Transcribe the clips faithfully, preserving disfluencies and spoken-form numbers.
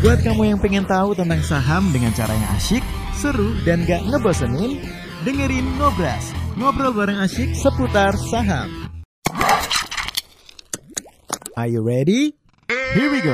Buat kamu yang pengen tahu tentang saham dengan cara yang asyik, seru, dan gak ngebosenin, dengerin Ngobras, ngobrol bareng asyik seputar saham. Are you ready? Here we go.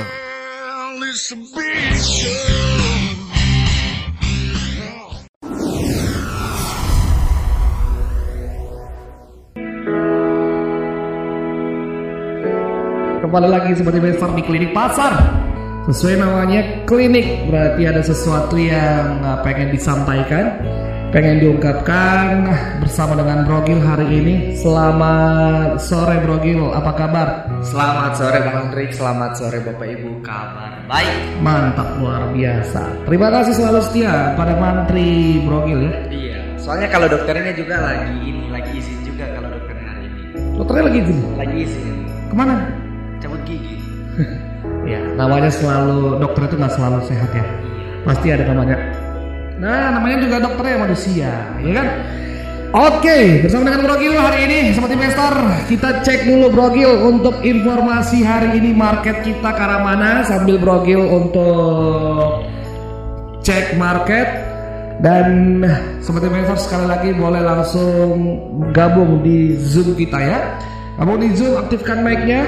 Kembali lagi seperti besar di klinik pasar. Sesuai namanya klinik, berarti ada sesuatu yang pengen disampaikan, pengen diungkapkan bersama dengan Brogil hari ini. Selamat sore Brogil, apa kabar? Selamat sore Bang Hendrik, selamat sore Bapak Ibu, kabar baik. Mantap, luar biasa. Terima kasih selalu setia pada Mantri Brogil ya. Iya, soalnya kalau dokternya juga lagi ini, lagi izin juga kalau dokternya hari ini. Dokternya lagi izin? Lagi izin. Kemana? Cabut gigi. Ya, namanya selalu, dokter itu gak selalu sehat ya. Pasti ada namanya. Nah, namanya juga dokternya manusia, ya kan? Oke, bersama dengan Brogil hari ini seperti investor, kita cek dulu Brogil untuk informasi hari ini market kita ke arah mana, sambil Brogil untuk cek market. Dan seperti investor sekali lagi boleh langsung gabung di Zoom kita ya. Gabung di Zoom, aktifkan mic-nya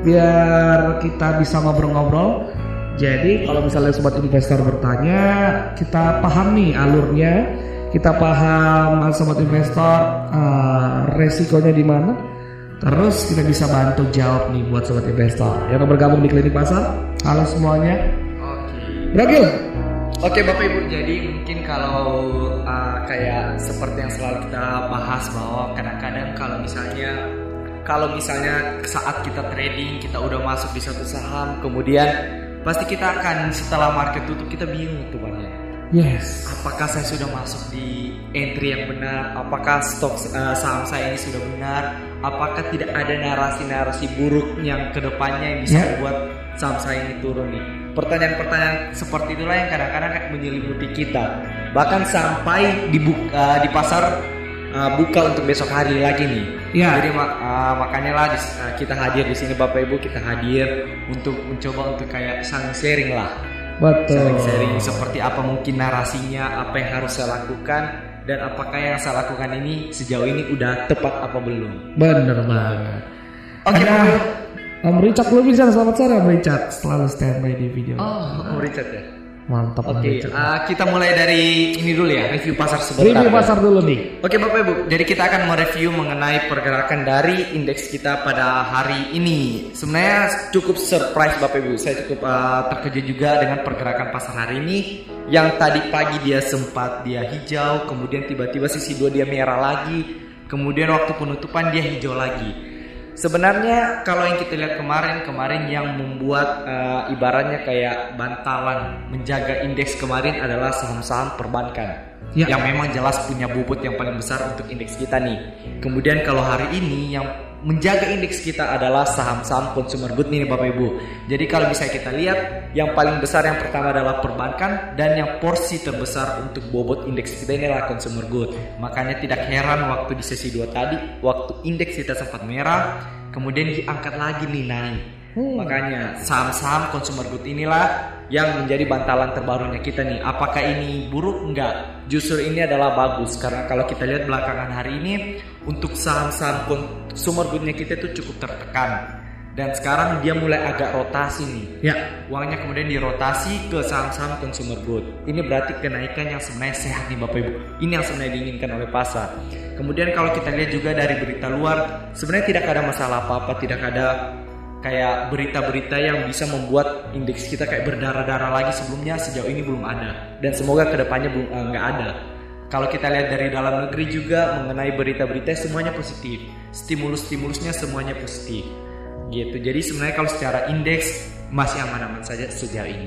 biar kita bisa ngobrol-ngobrol. Jadi kalau misalnya sobat investor bertanya, kita paham nih alurnya, kita paham sobat investor uh, resikonya di mana. Terus kita bisa bantu jawab nih buat sobat investor yang bergabung di klinik pasar. Halo semuanya. Oke. Brogil. Oke Bapak Ibu, jadi mungkin kalau uh, kayak seperti yang selalu kita bahas bahwa kadang-kadang kalau misalnya Kalau misalnya saat kita trading, kita udah masuk di satu saham, kemudian pasti kita akan setelah market tutup kita bingung tuh Bang. Yes. Apakah saya sudah masuk di entry yang benar? Apakah stok uh, saham saya ini sudah benar? Apakah tidak ada narasi-narasi buruk yang kedepannya yang bisa yeah. membuat saham saya ini turun nih? Pertanyaan-pertanyaan seperti itulah yang kadang-kadang menyelimuti kita. Bahkan sampai di, uh, di pasar Uh, buka untuk besok hari lagi nih. Ya. Jadi uh, makanya lah uh, kita hadir di sini Bapak Ibu, kita hadir untuk mencoba untuk kayak saling sharing lah. Betul. Saling sharing seperti apa mungkin narasinya, apa yang harus saya lakukan, dan apakah yang saya lakukan ini sejauh ini udah tepat apa belum. Bener banget. Oke okay, Bapak Ibu. Om Richard belum bisa, selamat sore Om Richard. Selalu standby di video. Oh, Om Richard ya. Mantap. Oke, okay, uh, kita mulai dari ini dulu ya, review pasar sebentar. Review pasar dulu nih. Oke okay, Bapak Ibu, jadi kita akan mereview mengenai pergerakan dari indeks kita pada hari ini. Sebenarnya cukup surprise Bapak Ibu, saya cukup uh, terkejut juga dengan pergerakan pasar hari ini. Yang tadi pagi dia sempat dia hijau, kemudian tiba-tiba sisi dua dia merah lagi, kemudian waktu penutupan dia hijau lagi. Sebenarnya kalau yang kita lihat kemarin-kemarin yang membuat uh, ibaratnya kayak bantalan menjaga indeks kemarin adalah saham-saham perbankan ya. Yang memang jelas punya bobot yang paling besar untuk indeks kita nih. Kemudian kalau hari ini yang menjaga indeks kita adalah saham-saham consumer good nih Bapak Ibu. Jadi kalau bisa kita lihat yang paling besar yang pertama adalah perbankan, dan yang porsi terbesar untuk bobot indeks kita ini adalah consumer good. Makanya tidak heran waktu di sesi dua tadi, waktu indeks kita sempat merah, kemudian diangkat lagi nih naik. Hmm. Makanya saham-saham consumer good inilah yang menjadi bantalan terbarunya kita nih. Apakah ini buruk? Enggak. Justru ini adalah bagus, karena kalau kita lihat belakangan hari ini untuk saham-saham consumer goodnya kita itu cukup tertekan, dan sekarang dia mulai agak rotasi nih. Ya, uangnya kemudian dirotasi ke saham-saham consumer good. Ini berarti kenaikan yang sebenarnya sehat nih Bapak Ibu. Ini yang sebenarnya diinginkan oleh pasar. Kemudian kalau kita lihat juga dari berita luar, sebenarnya tidak ada masalah apa-apa, tidak ada kayak berita-berita yang bisa membuat indeks kita kayak berdarah-darah lagi sebelumnya, sejauh ini belum ada, dan semoga kedepannya belum uh, nggak ada. Kalau kita lihat dari dalam negeri juga mengenai berita-berita semuanya positif, stimulus-stimulusnya semuanya positif, gitu. Jadi sebenarnya kalau secara indeks masih aman-aman saja sejauh ini.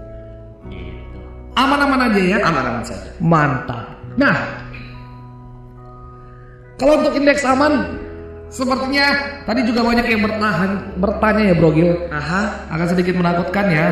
Gitu. Aman-aman aja ya? Aman-aman saja. Mantap. Nah, kalau untuk indeks aman, sepertinya tadi juga banyak yang bertahan, bertanya ya Brogil. Aha, agak sedikit menakutkan ya.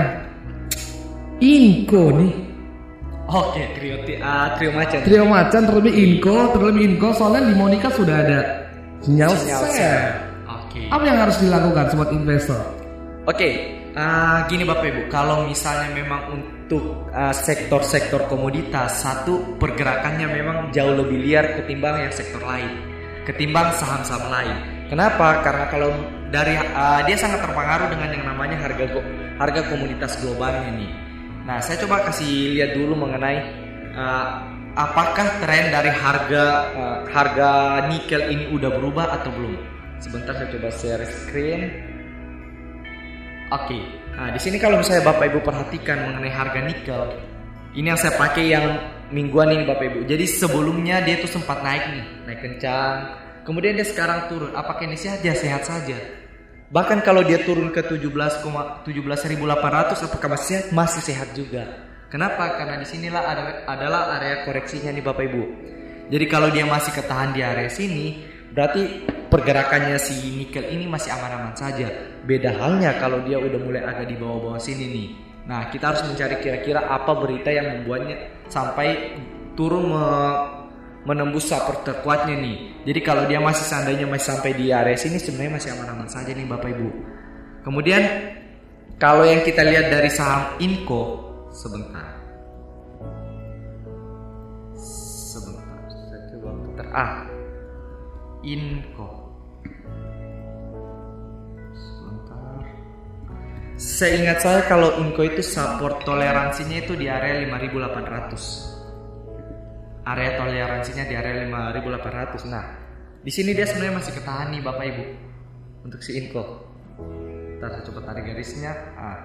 Inco nih. Oke, trio uh, trio macan. Trio macan terlebih Inco, terlebih Inco soalnya di Monica sudah ada sinyal, sinyal sell. Oke. Apa yang harus dilakukan sobat investor? Oke, Uh, gini Bapak Ibu, kalau misalnya memang untuk uh, sektor-sektor komoditas, satu pergerakannya memang jauh lebih liar ketimbang yang sektor lain, ketimbang saham-saham lain. Kenapa? Karena kalau dari uh, dia sangat terpengaruh dengan yang namanya harga harga komoditas globalnya nih. Nah, saya coba kasih lihat dulu mengenai uh, apakah tren dari harga uh, harga nikel ini udah berubah atau belum. Sebentar saya coba share screen. Oke, okay. Nah di sini kalau misalnya Bapak Ibu perhatikan mengenai harga nikel, ini yang saya pakai yang mingguan ini Bapak Ibu. Jadi sebelumnya dia tuh sempat naik nih, naik kencang. Kemudian dia sekarang turun. Apakah ini sehat? Dia sehat saja. Bahkan kalau dia turun ke tujuh belas ribu delapan ratus, apakah masih sehat? Masih sehat juga. Kenapa? Karena di sinilah ada, adalah area koreksinya nih Bapak Ibu. Jadi kalau dia masih ketahan di area sini, berarti pergerakannya si nikel ini masih aman-aman saja. Beda halnya kalau dia udah mulai agak di bawah-bawah sini nih. Nah, kita harus mencari kira-kira apa berita yang membuatnya sampai turun me menembus support terkuatnya nih. Jadi kalau dia masih seandainya masih sampai di area sini, sebenarnya masih aman-aman saja nih Bapak Ibu. Kemudian kalau yang kita lihat dari saham Inco, sebentar. Sebentar, saya coba putar. Ah, Inco. Seingat saya kalau Inco itu support toleransinya itu di area lima ribu delapan ratus. Area toleransinya di area lima ribu delapan ratus. Nah, di sini dia sebenarnya masih ketahan nih Bapak Ibu untuk si Inco. Ntar saya coba tarik garisnya. Ah.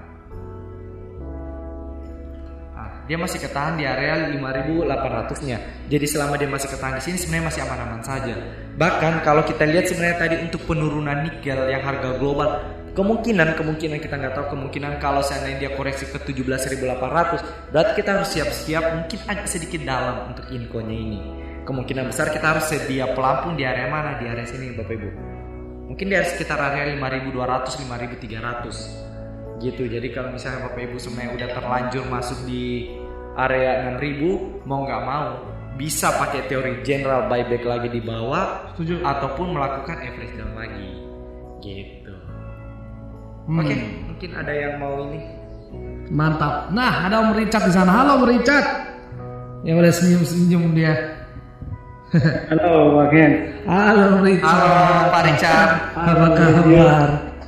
Ah, dia masih ketahan di area lima ribu delapan ratus-nya. Jadi selama dia masih ketahan di sini sebenarnya masih aman-aman saja. Bahkan kalau kita lihat sebenarnya tadi untuk penurunan nikel yang harga global, kemungkinan kemungkinan kita nggak tahu kemungkinan kalau seandainya dia koreksi ke tujuh belas ribu delapan ratus, berarti kita harus siap-siap mungkin agak sedikit dalam untuk Inco-nya ini. Kemungkinan besar kita harus sedia pelampung di area mana? Di area sini Bapak Ibu. Mungkin di sekitar area lima ribu dua ratus, lima ribu tiga ratus gitu. Jadi kalau misalnya Bapak Ibu sebenarnya udah terlanjur masuk di area enam ribu, mau nggak mau bisa pakai teori general buyback lagi di bawah. Setuju. Ataupun melakukan average down lagi gitu. Hmm. Oke, okay, mungkin ada yang mau ini. Mantap. Nah, ada Om Richard di sana. Halo Om Richard. Yang udah senyum-senyum dia. Halo Bang Hen. Halo Om Richard. Halo Pak Richard. Apa kabar?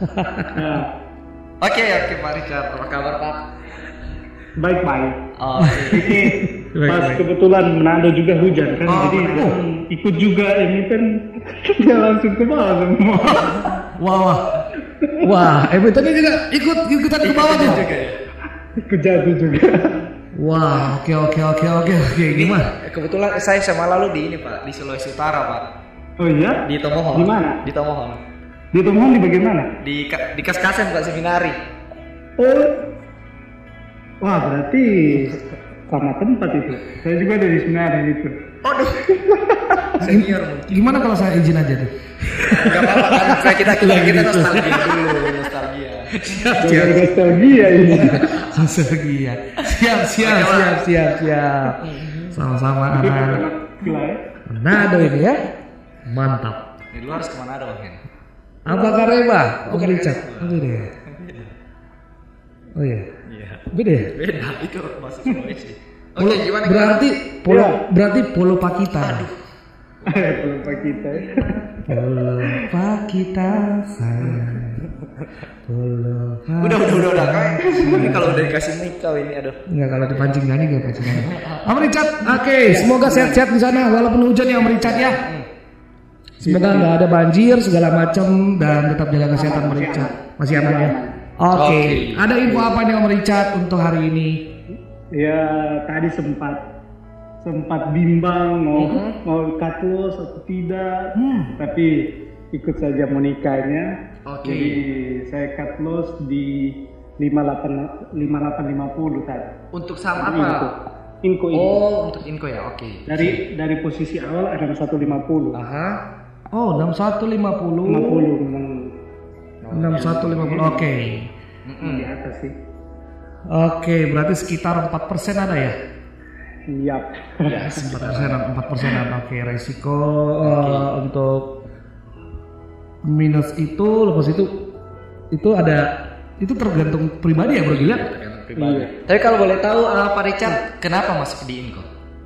Oke, oke Pak Richard. Apa kabar Pak? Baik-baik. Oh, ini pas kebetulan Manado juga hujan kan, oh, jadi oh. ikut juga ini kan dia langsung ke bawah semua. Wah, wah, wah, Everton juga ikut ikutan ke bawah tuh. Ikut jatuh juga. Wah, oke oke oke oke oke gimana? Kebetulan saya sama lalu di ini Pak, di Sulawesi Utara Pak. Oh iya? Di Tomohon. Di mana? Di Tomohon. Di Tomohon di bagian mana? Di di Kaskasen Pak, Seminari. Oh. Wah, berarti sama tempat itu. Saya juga dari Seminari itu. Aduh. Senior mungkin. Gimana kalau saya izin aja tuh? Enggak apa-apa kan, saya kita kita kita nostalgia dulu, nostalgia. Siap, nostalgia ini. Nostalgia. Siap, siap, siap, siap, siap. Sama-sama anak-anak. Manado ini ya. Mantap. Di luar harus kemana ada Bang? Apa Kareba? Om Richard. Oh beda. Oh iya. Iya. Beda. Beda. Itu masuk Sulawesi. Oke, gimana? Berarti polo berarti polo Pakita. Aduh. Polo Pakita. Polo Pakita sayang. Polo. Udah udah udah udah kan. Ini kalau udah dikasih mic kau ini aduh. Enggak, kalau dipancing nyanyi enggak pancing nyanyi. Om Richard, oke, semoga sehat-sehat di sana walaupun hujan ya Om Richard ya. Semoga nggak ada banjir segala macam dan tetap jaga kesehatan Om Richard. Masih aman ya? Oke. Okay. Ada info apa nih Om Richard untuk hari ini? Ya tadi sempat sempat bimbang mau mm-hmm. mau cut loss atau tidak, hmm. tapi ikut saja Monikanya. Oke. Okay. Jadi saya cut loss di lima delapan lima puluh tadi. Untuk saham apa? Inco ini. Oh, untuk Inco ya. Oke. Okay. Dari dari posisi awal ada enam satu lima puluh. Aha. Oh, enam satu lima puluh. lima puluh memang. enam satu lima puluh. Oke. Mm-hmm. Di atas sih. Oke, berarti sekitar empat persen ada ya? Iya. Yes, empat persen, empat persen. Oke, resiko okay. uh, untuk minus itu, lepas itu itu ada itu tergantung pribadi ya bro Gila. Tergantung pribadi. Iya. Tapi kalau boleh tahu uh, Pak Richard kenapa masuk di Inco?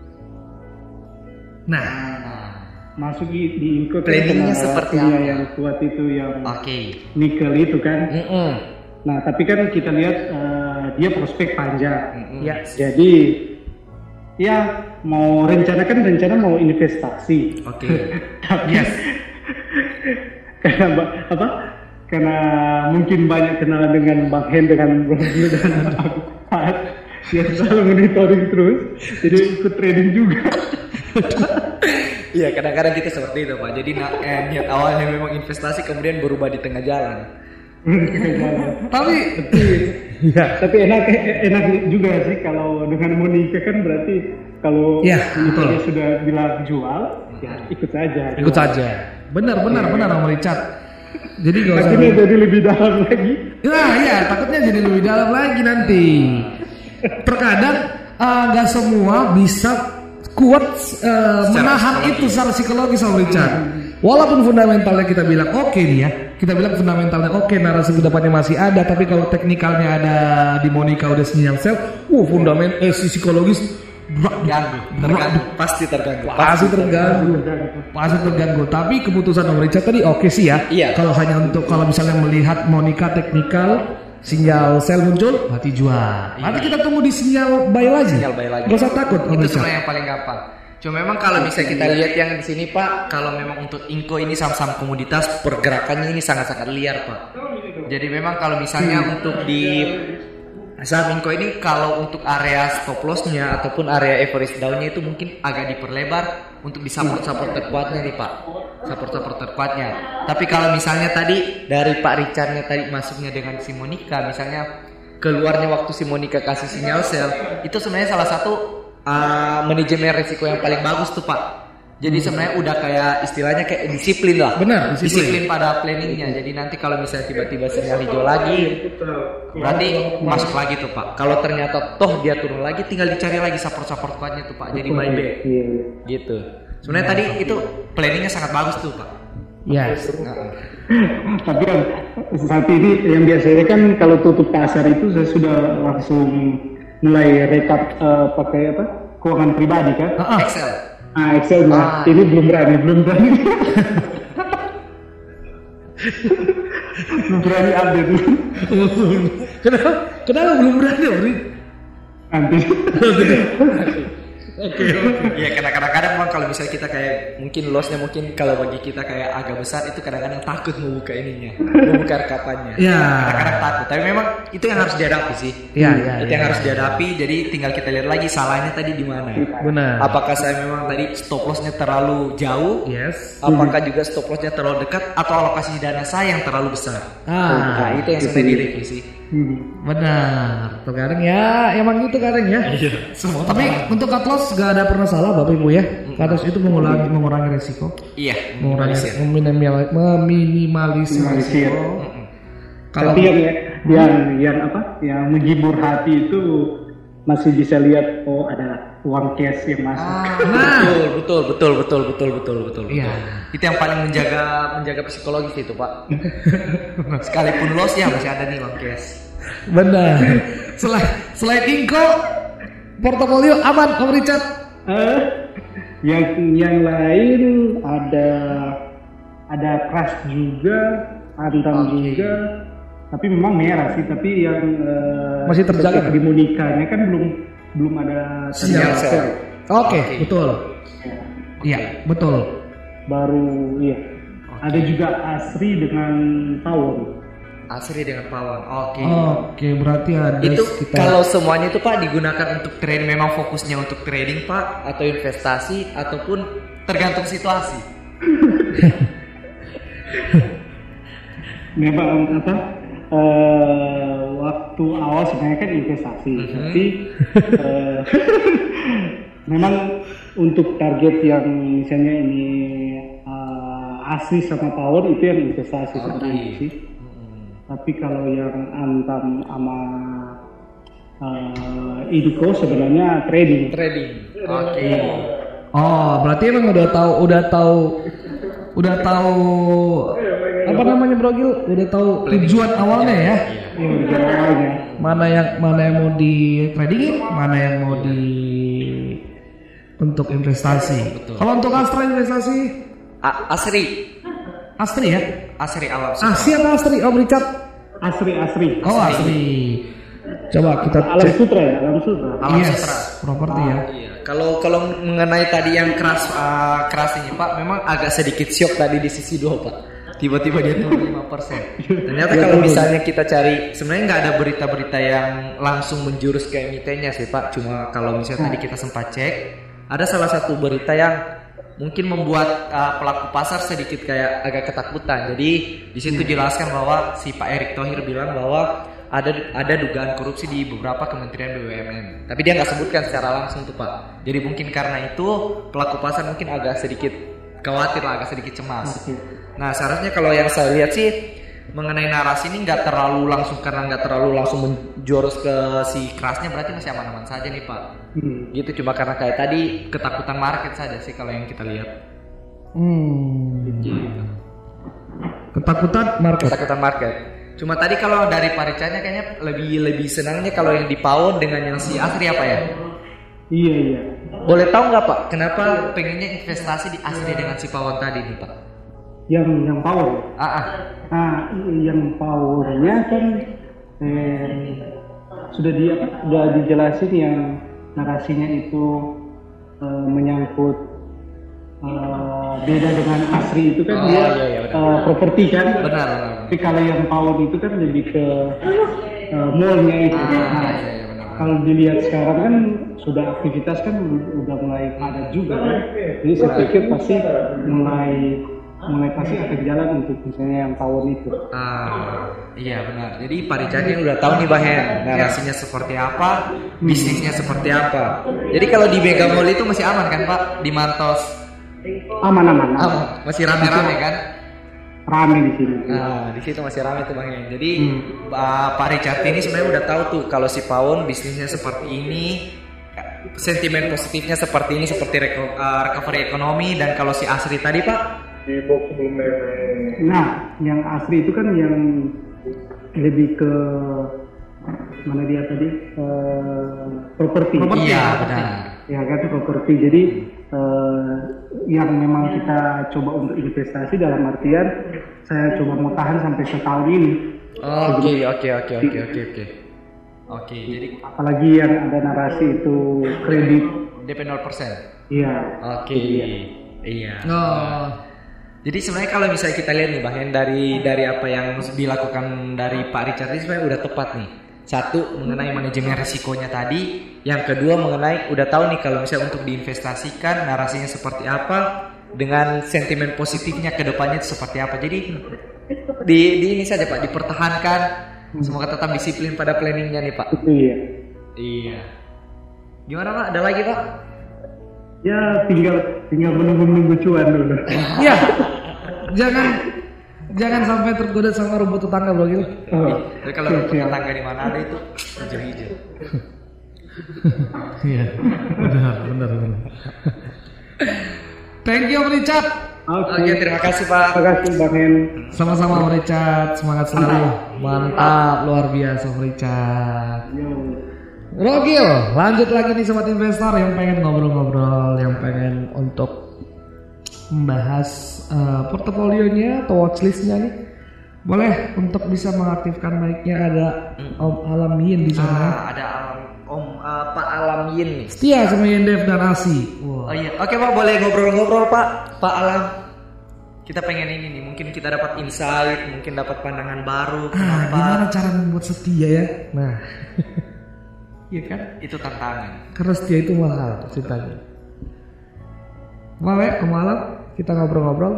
Nah, masuk di, di Inco planningnya seperti apa? Yang kuat itu yang okay. nikel itu kan. Mm-mm. Nah tapi kan kita lihat uh, dia prospek panjang. Mm-mm. Ya, jadi ya mau rencana kan rencana mau investasi. Oke. Okay. Tapi yes. karena apa? Karena mungkin banyak kenalan dengan Bang Hen dengan Bro Gil dan aku Pat, dia selalu monitoring terus, jadi ikut trading juga. Iya, kadang-kadang kita seperti itu Pak. Jadi eh, niat awalnya memang investasi kemudian berubah di tengah jalan. Tapi ya, tapi enak enak juga sih kalau dengan Monica kan berarti kalau ya, dia sudah bilang jual, ya ikut saja. Ikut jual. saja. Benar, benar, ya. benar Om Richard. Jadi gak usah. Takutnya jadi lebih dalam lagi. Nah, ya, takutnya jadi lebih dalam lagi nanti. Terkadang nggak uh, semua bisa kuat uh, menahan psikologis. Itu secara psikologis Om Richard. Walaupun fundamentalnya kita bilang oke okay nih ya, kita bilang fundamentalnya oke, okay, narasi kedepannya masih ada, tapi kalau teknikalnya ada di Monica udah sinyal sell, uh fundament eh si psikologis terganggu, terganggu, pasti terganggu, pasti terganggu, pasti terganggu. Tapi keputusan Om Richard tadi oke okay sih ya. Iya. Kalau hanya untuk kalau misalnya melihat Monica teknikal, sinyal sell muncul, berarti jual. Nanti kita tunggu di sinyal buy lagi. Sinyal buy lagi. Gak usah takut. Itu sebenarnya yang paling gampang. Cuma memang kalau bisa kita lihat yang di sini Pak, kalau memang untuk Inco ini saham-saham komoditas pergerakannya ini sangat-sangat liar Pak. Jadi memang kalau misalnya hmm. untuk di saham Inco ini kalau untuk area stop loss-nya ataupun area average down-nya itu mungkin agak diperlebar untuk di support-support terkuatnya nih Pak. Support-support terkuatnya. Tapi kalau misalnya tadi dari Pak Richard-nya tadi masuknya dengan si Monica, misalnya keluarnya waktu si Monica kasih sinyal sell, itu sebenarnya salah satu Uh, manajemen risiko yang paling bagus tuh Pak. Jadi sebenarnya udah kayak istilahnya kayak disiplin lah. Benar, disiplin, disiplin pada planningnya. Jadi nanti kalau misalnya tiba-tiba sinyal hijau lagi, berarti masuk lagi tuh Pak. Kalau ternyata toh dia turun lagi, tinggal dicari lagi support-support kuatnya tuh Pak. Jadi buy back. Gitu. Sebenarnya tadi itu planningnya sangat bagus tuh Pak. Yes. Nah. Tapi kan saat ini yang biasanya kan kalau tutup pasar itu saya sudah langsung mulai rekap uh, pakai apa keuangan pribadi kan uh-uh. Excel ah Excel nah ah. Ini belum berani belum berani belum berani update. kenapa kenapa belum berani Ori? Nanti Oke, oke. Iya, karena kadang-kadang memang kalau misalnya kita kayak mungkin lossnya mungkin kalau bagi kita kayak agak besar itu kadang-kadang takut mau buka ininya, mau buka rekapannya. Iya. Kadang-kadang takut. Tapi memang itu yang harus dihadapi sih. Iya, iya. Itu ya, yang ya, harus ya. dihadapi. Jadi tinggal kita lihat lagi salahnya tadi di mana. Benar. Apakah saya memang tadi stop lossnya terlalu jauh? Yes. Apakah juga stop lossnya terlalu dekat atau alokasi dana saya yang terlalu besar? Ah, nah, itu yang sebenarnya direvisi. Hmm. Benar, terkadang ya emang gitu kadang ya. Iya. Semua. Tapi teman. untuk cut loss gak ada pernah salah Bapak Ibu ya. Cut loss itu mengurangi mengurangi resiko. Iya. Mengurangi meminimalisir, meminimalisir resiko. Kalau yang yang yang apa? Yang menghibur hati itu masih bisa lihat oh ada uang cash yang masuk. Ah, nah. betul, betul, betul, betul, betul, betul, betul. Iya. Itu yang paling menjaga menjaga psikologis itu Pak. Sekalipun loss ya masih ada nih uang cash. Benar. Selain selain Inco, portofolio aman Om Richard. Uh, yang yang lain ada ada crash juga, Antam okay. juga. Tapi memang merah sih, tapi yang uh, masih terjaga di Monica-nya kan belum belum ada sinyal sell. Oke, okay, okay. betul. Iya, okay. betul. Baru iya. Okay. Ada juga Asri dengan Pawon. Asri dengan Pawon. Oke. Okay. Oke, okay, berarti ada itu sekitar... kalau semuanya itu Pak digunakan untuk trading, memang fokusnya untuk trading Pak atau investasi ataupun tergantung situasi. Memang apa? Uh, waktu awal sebenarnya kan investasi, mm-hmm. tapi uh, memang untuk target yang misalnya ini uh, Asri sama Power itu yang investasi okay. sebenarnya sih. Mm-hmm. Tapi kalau yang Antam sama uh, Inco sebenarnya trading. Trading. Oke. Okay. Oh, berarti emang udah tahu, udah tahu, udah tahu apa apa namanya Bro Gil? Udah tahu tujuan awalnya ya. Iya, tujuan awalnya. Mana yang mana yang mau di tradingin, mana yang mau di untuk investasi. Kalau untuk Astra investasi A- Asri, Astri ya? Asri Alam Asri Sutra. atau Astri? Oh Richard. Asri Asri. Oh Asri. Coba kita Alam cek. Sutra ya, Alam Sutra. Alam Yes, Sutra. properti ya. Iya. Kalau kalau mengenai tadi yang keras uh, keras ini Pak, memang agak sedikit syok tadi di sisi dua Pak. Tiba-tiba dia turun lima persen. Ternyata kalau misalnya kita cari, sebenarnya nggak ada berita-berita yang langsung menjurus ke emitennya sih Pak. Cuma kalau misalnya tadi kita sempat cek, ada salah satu berita yang mungkin membuat uh, pelaku pasar sedikit kayak agak ketakutan. Jadi di situ jelaskan bahwa si Pak Erick Thohir bilang bahwa ada ada dugaan korupsi di beberapa kementerian B U M N. Tapi dia nggak sebutkan secara langsung tuh Pak. Jadi mungkin karena itu pelaku pasar mungkin agak sedikit khawatir lah, agak sedikit cemas. Nah seharusnya kalau yang saya lihat sih mengenai narasi ini nggak terlalu langsung, karena nggak terlalu langsung menjurus ke si kerasnya, berarti masih aman-aman saja nih Pak. Hmm. Gitu, cuma karena kayak tadi ketakutan market saja sih kalau yang kita lihat. Hmm. Ketakutan market. Ketakutan market. Cuma tadi kalau dari Paricanya kayaknya lebih lebih senangnya kalau yang di Pound dengan yang si Asri apa ya? Iya iya. Boleh tahu nggak Pak, kenapa pengennya investasi di Asri dengan si Pound tadi nih Pak? Yang yang power. Ah, ah. Nah, yang powernya kan eh, sudah di sudah dijelasin yang narasinya itu eh, menyangkut eh, beda dengan Asri itu kan Oh, dia iya, iya, benar. eh, properti kan. Benar, benar. Tapi kalau yang power itu kan lebih ke eh, mallnya itu. Ah, Nah, iya, iya, benar, benar. kalau dilihat sekarang kan sudah aktivitas kan udah mulai padat juga kan. Jadi saya pikir pasti mulai mulai pasti akan jalan untuk misalnya yang power itu. Ah, iya benar. Jadi Paricanya udah tahu nih Bahen, narasinya seperti apa, bisnisnya seperti apa. Jadi kalau di Mega Mall itu masih aman kan Pak? Di Mantos Aman aman. aman. aman, masih rame-rame kan? Rame di sini. Nah, di situ masih rame tuh Bang. Jadi uh, Pak Richard ini sebenarnya udah tahu tuh kalau si Pound bisnisnya seperti ini, sentimen positifnya seperti ini, seperti reko- uh, recovery ekonomi, dan kalau si Asri tadi Pak, Nah, yang Asri itu kan yang lebih ke mana dia tadi eh, properti. iya benar. Ya kan properti. Jadi eh, yang memang kita coba untuk investasi dalam artian saya coba mau tahan sampai setahun ini. Oke oke oke oke oke oke. Oke, jadi Apalagi yang ada narasi itu kredit. D P nol persen. Iya. Oke. Iya. Oh. Jadi sebenarnya kalau misalnya kita lihat nih Bang, yang dari dari apa yang dilakukan dari Pak Richard ini sebenarnya udah tepat nih. Satu, mengenai manajemen risikonya tadi. Yang kedua, mengenai udah tahu nih kalau misalnya untuk diinvestasikan narasinya seperti apa, dengan sentimen positifnya ke depannya itu seperti apa. Jadi di, di ini saja Pak, dipertahankan. Semoga tetap disiplin pada planningnya nih Pak. Itu iya. Iya. Gimana Pak? Ada lagi Pak? Ya tinggal tinggal menunggu-nunggu cuan dulu. Ya. Jangan jangan sampai tergoda sama rumput tetangga Bro Gil. Oh, Tapi kalau siap, rumput siap. tetangga di mana ada itu hijau-hijau. Iya. Benar, benar, benar. Thank you Om Richard. Oke. Oke, terima kasih Pak. Terima kasih Bang Hen. Sama-sama Om Richard, semangat selalu. Mantap, luar biasa Om Richard. Yo. Bro Gil, lanjut lagi nih sobat investor yang pengen ngobrol-ngobrol, yang pengen untuk membahas uh, portofolionya atau watchlistnya nih. Boleh untuk bisa mengaktifkan mic-nya, ada Om Alam Yin di sana. Ah, ada Alam Om uh, Pak Alam Yin nih. Setia sama Yendev dan Asi. Oh iya, oke Pak, boleh ngobrol-ngobrol Pak. Pak Alam. Kita pengen ini nih, mungkin kita dapat insight, mungkin dapat pandangan baru. Ah, Kenapa? gimana cara membuat setia ya? Nah, iya kan? Itu tantangan. Karena setia itu mahal ceritanya. Mau ya, ke malam kita ngobrol-ngobrol.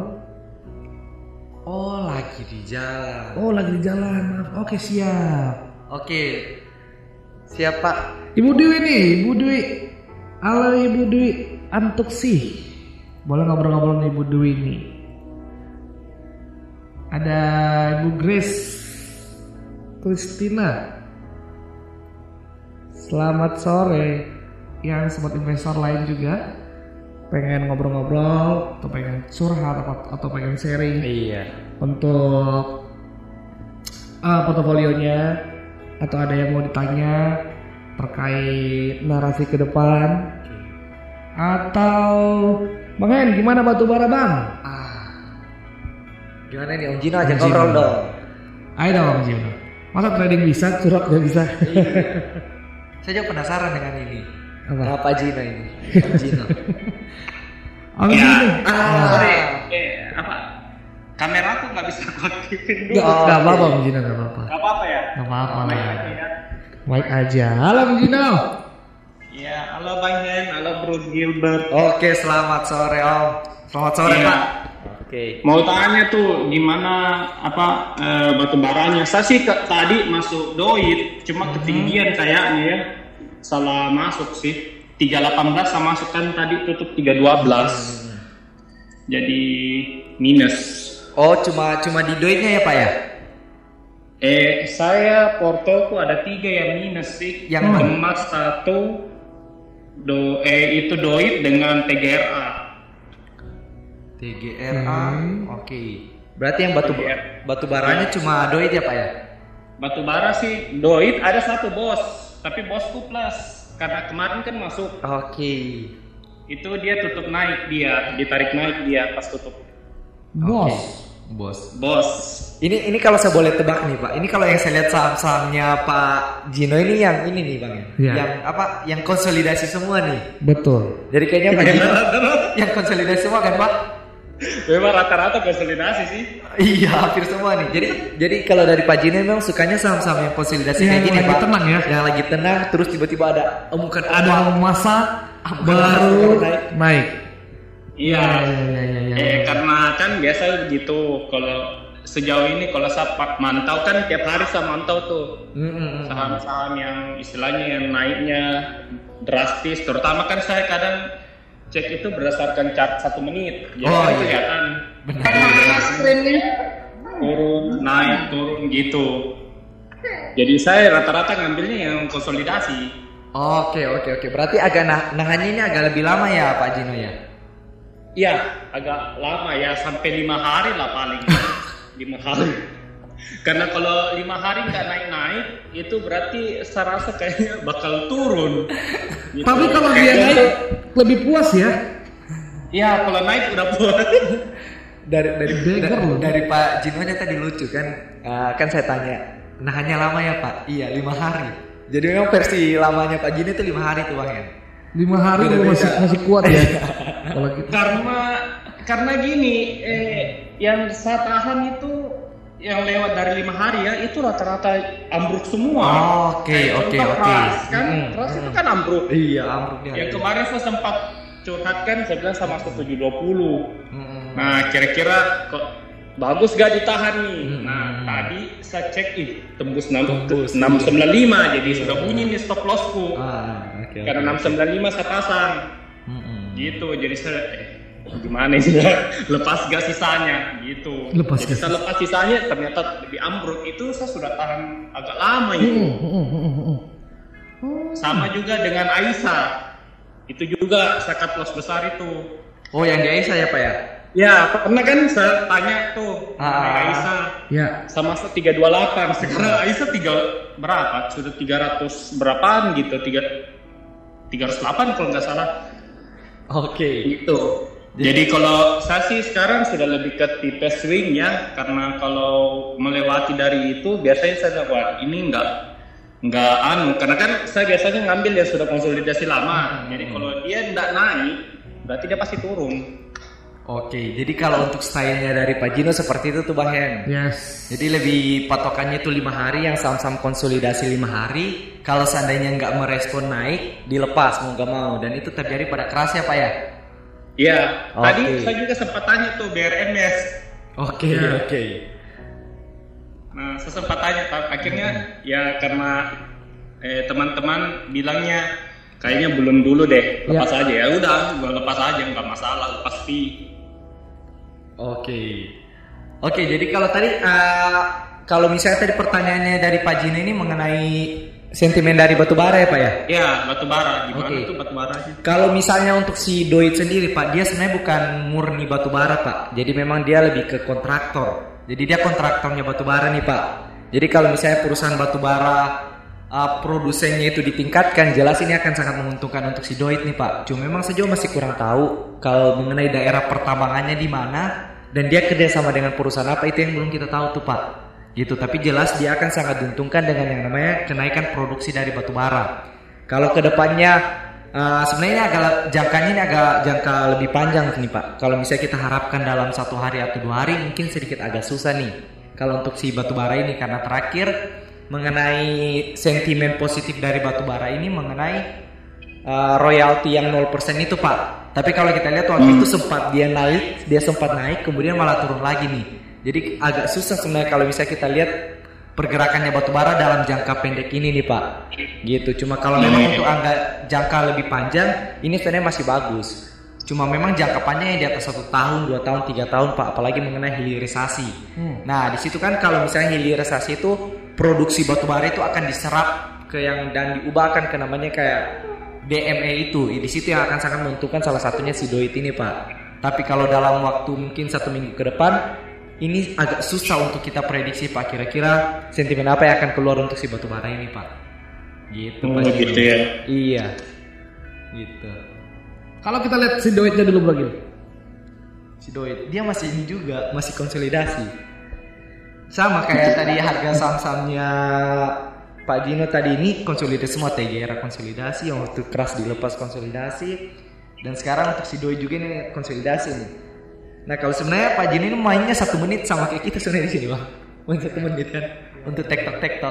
Oh, lagi di jalan. Oh, lagi di jalan. Maaf. Oke, siap. Oke. Siap Pak. Ibu Dwi nih, Ibu Dwi. Halo Ibu Dwi, antuk sih. Boleh ngobrol-ngobrol nih Ibu Dwi nih. Ada Ibu Grace Christina. Selamat sore. Yang sobat investor lain juga pengen ngobrol-ngobrol atau pengen curhat atau, atau pengen sharing. Iya. untuk uh, portofolionya atau ada yang mau ditanya terkait narasi ke depan atau Bang Hen gimana batubara Bang? Ah, gimana nih Om Jino aja ngobrol dong. Ayo dong Om Jino. Masa trading bisa, surat gak bisa? Saya juga penasaran dengan ini. Apa? Nah, Pak Jino ini. Om Jino. Om Jino. Ah, sorry. Eh, apa? Kamera aku nggak bisa aktifin dulu. Gak, gak apa-apa Om Jino, gak apa-apa. Gak apa-apa ya? Gak apa-apa Baik lah. aja ya. Baik aja. Halo Om Jino. Ya, halo Bang Hen, halo Bro Gilbert. Oke, selamat sore Om. Selamat sore Iya. Pak. Oke. Mau tanya tuh gimana apa eh, batu baranya? Saya sih ke, tadi masuk doit, cuma ketinggian kayaknya ya. Salah masuk sih. tiga delapan belas sama masuk kan tadi tutup tiga dua belas. Jadi minus. Oh, cuma cuma di doitnya ya Pak ya? Eh, saya portoku ada tiga yang minus sih. Yang emas satu, do eh itu doit dengan T G R A. T G R A. Oke. Berarti yang batu batu baranya cuma doit ya Pak ya? Batu bara sih doit ada satu bos, tapi bosku plus karena kemarin kan masuk. Oke. Itu dia tutup naik dia, ditarik naik dia pas tutup. Bos. Oke. Bos. Bos. Ini ini kalau saya boleh tebak nih Pak. Ini kalau yang saya lihat saham-sahamnya Pak Jino ini yang ini nih Bang. Iya. Yang apa? Yang konsolidasi semua nih. Betul. Jadi kayaknya Pak Jino yang konsolidasi semua kan Pak? Memang rata-rata konsolidasi sih. Iya, hampir semua nih. Jadi jadi kalau dari Pak Jino memang sukanya saham-saham yang konsolidasi Yang kayak gini lagi Pak. tenang ya. Yang lagi tenang terus tiba-tiba ada emukan Ada masa baru naik. Iya. Ya, ya, ya, ya, Eh ya. karena kan biasa begitu. Kalau sejauh ini kalau saya pak- mantau kan tiap hari saya mantau tuh Mm-mm. saham-saham yang istilahnya yang naiknya drastis. Terutama kan saya kadang cek itu berdasarkan chart satu menit. Jadi Oh, kan iya. kelihatan Benar. screennya turun naik turun gitu. Jadi saya rata-rata ngambilnya yang konsolidasi. Oke, oke, oke. Berarti agak nah, nahannya ini agak lebih lama ya Pak Jino ya? Iya, agak lama ya, sampai lima hari lah paling. lima hari. Karena kalau lima hari nggak naik-naik, itu berarti saya rasa kayaknya bakal turun. Gitu. Tapi kalau dia Kayak naik contoh- lebih puas ya. Iya, kalau naik udah puas. Dari dari Beger dari, loh. dari Pak Jino nya tadi lucu kan? Eh, kan saya tanya, nahannya lama ya Pak? Iya, lima hari. Jadi memang versi lamanya Pak Jino itu lima hari tuh Bang ya? Lima hari Beda-beda. masih masih kuat ya. Kalau gitu. karena karena gini, eh, yang saya tahan itu yang lewat dari lima hari ya, itu rata-rata ambruk semua. Oke, Kayak oke, contoh oke. Pras, kan, Mm, Pras itu mm. kan ambruk. Iya, ambruknya. Yang kemarin saya sempat curhat kan, saya bilang sama tujuh dua puluh. Mm-mm. Nah, kira-kira kok bagus gak ditahan nih? Hmm. Nah, tadi saya cek ih tembus enam Tembus, enam sembilan lima, jadi Iya. sudah bunyi nih stop lossku. Ah, oke. Karena oke, enam oke. sembilan lima saya pasang. Mm-mm. Gitu, jadi saya eh, gimana sih ya? Lepas gak sisanya gitu. Lepas jadi gak saya lepas sisanya ternyata lebih ambruk. Itu saya sudah tahan agak lama itu. Hmm, hmm, hmm, hmm. Sama juga dengan Aisyah. Itu juga saya cut loss besar itu. Oh, yang di Aisyah ya Pak ya? Ya, karena kan saya tanya tuh Ah. mengenai Aisyah Ya. sama tiga dua delapan. Sekarang Aisyah tiga berapa? Sudah tiga ratus berapaan gitu? tiga tiga ratus delapan kalau nggak salah. Oke. Itu. Jadi kalau saya sih sekarang sudah lebih ke tipe swing ya, karena kalau melewati dari itu biasanya saya bilang, wah ini nggak nggak anu, karena kan saya biasanya ngambil yang sudah konsolidasi lama. Jadi kalau dia nggak naik, berarti dia pasti turun. Oke, jadi kalau untuk stylenya dari Pak Jino seperti itu tuh Bang Hen. Yes. Jadi lebih patokannya itu lima hari, yang saham-saham konsolidasi lima hari. Kalau seandainya nggak merespon naik, dilepas mau nggak mau. Dan itu terjadi pada keras ya Pak ya? Iya, Oke. tadi saya juga sempat tanya tuh B R M S. Oke, Ya. oke. Nah, saya sempat tanya, Pak. Akhirnya ya karena eh, teman-teman bilangnya kayaknya belum dulu deh, lepas aja ya. Udah, gua lepas aja, nggak masalah, lepas fee. Oke. Oke, jadi kalau tadi eh, kalau misalnya tadi pertanyaannya dari Pak Jino ini mengenai sentimen dari batubara ya Pak ya? Ya, batu bara. Gimana Oke. tuh batu bara sih? Kalau misalnya untuk si Doit sendiri Pak, dia sebenarnya bukan murni batubara Pak. Jadi memang dia lebih ke kontraktor. Jadi dia kontraktornya batubara nih Pak. Jadi kalau misalnya perusahaan batubara uh, produsennya itu ditingkatkan, jelas ini akan sangat menguntungkan untuk si Doit nih Pak. Cuma memang sejauh masih kurang tahu kalau mengenai daerah pertambangannya di mana dan dia kerjasama dengan perusahaan apa, itu yang belum kita tahu tuh Pak. Gitu. Tapi jelas dia akan sangat diuntungkan dengan yang namanya kenaikan produksi dari batubara. Kalau kedepannya Uh, sebenarnya agak jangkanya ini agak jangka lebih panjang nih Pak. Kalau misalnya kita harapkan dalam satu hari atau dua hari mungkin sedikit agak susah nih kalau untuk si batubara ini, karena terakhir mengenai sentimen positif dari batubara ini mengenai uh, royalti yang nol persen itu Pak. Tapi kalau kita lihat waktu itu sempat dia naik, dia sempat naik kemudian malah turun lagi nih. Jadi agak susah sebenarnya kalau bisa kita lihat pergerakannya batubara dalam jangka pendek ini nih Pak, gitu. Cuma kalau memang untuk angka jangka lebih panjang, ini sebenarnya masih bagus. Cuma memang jangka panjangnya di atas satu tahun, dua tahun, tiga tahun Pak, apalagi mengenai hilirisasi. Hmm. Nah di situ kan kalau misalnya hilirisasi itu produksi batubara itu akan diserap ke yang dan diubahkan ke namanya kayak D M E itu. Di situ yang akan sangat menentukan salah satunya si Doit ini Pak. Tapi kalau dalam waktu mungkin satu minggu ke depan, ini agak susah untuk kita prediksi Pak, kira-kira sentimen apa yang akan keluar untuk si batubara ini Pak. Gitu oh, Pak. Gitu ya. Iya. Gitu. Kalau kita lihat si Doitnya dulu Bro Gil. Si Doit, dia masih ini juga, masih konsolidasi. Sama kayak tadi harga saham-sahamnya Pak Gino tadi, ini konsolidasi semua, T G R konsolidasi, yang waktu keras dilepas konsolidasi, dan sekarang untuk si Doit juga ini konsolidasi nih. Nah kalau sebenarnya Pak Jin ini mainnya satu menit sama kayak kita sebenarnya di sini Bang, main satu menit kan untuk tektok tektok.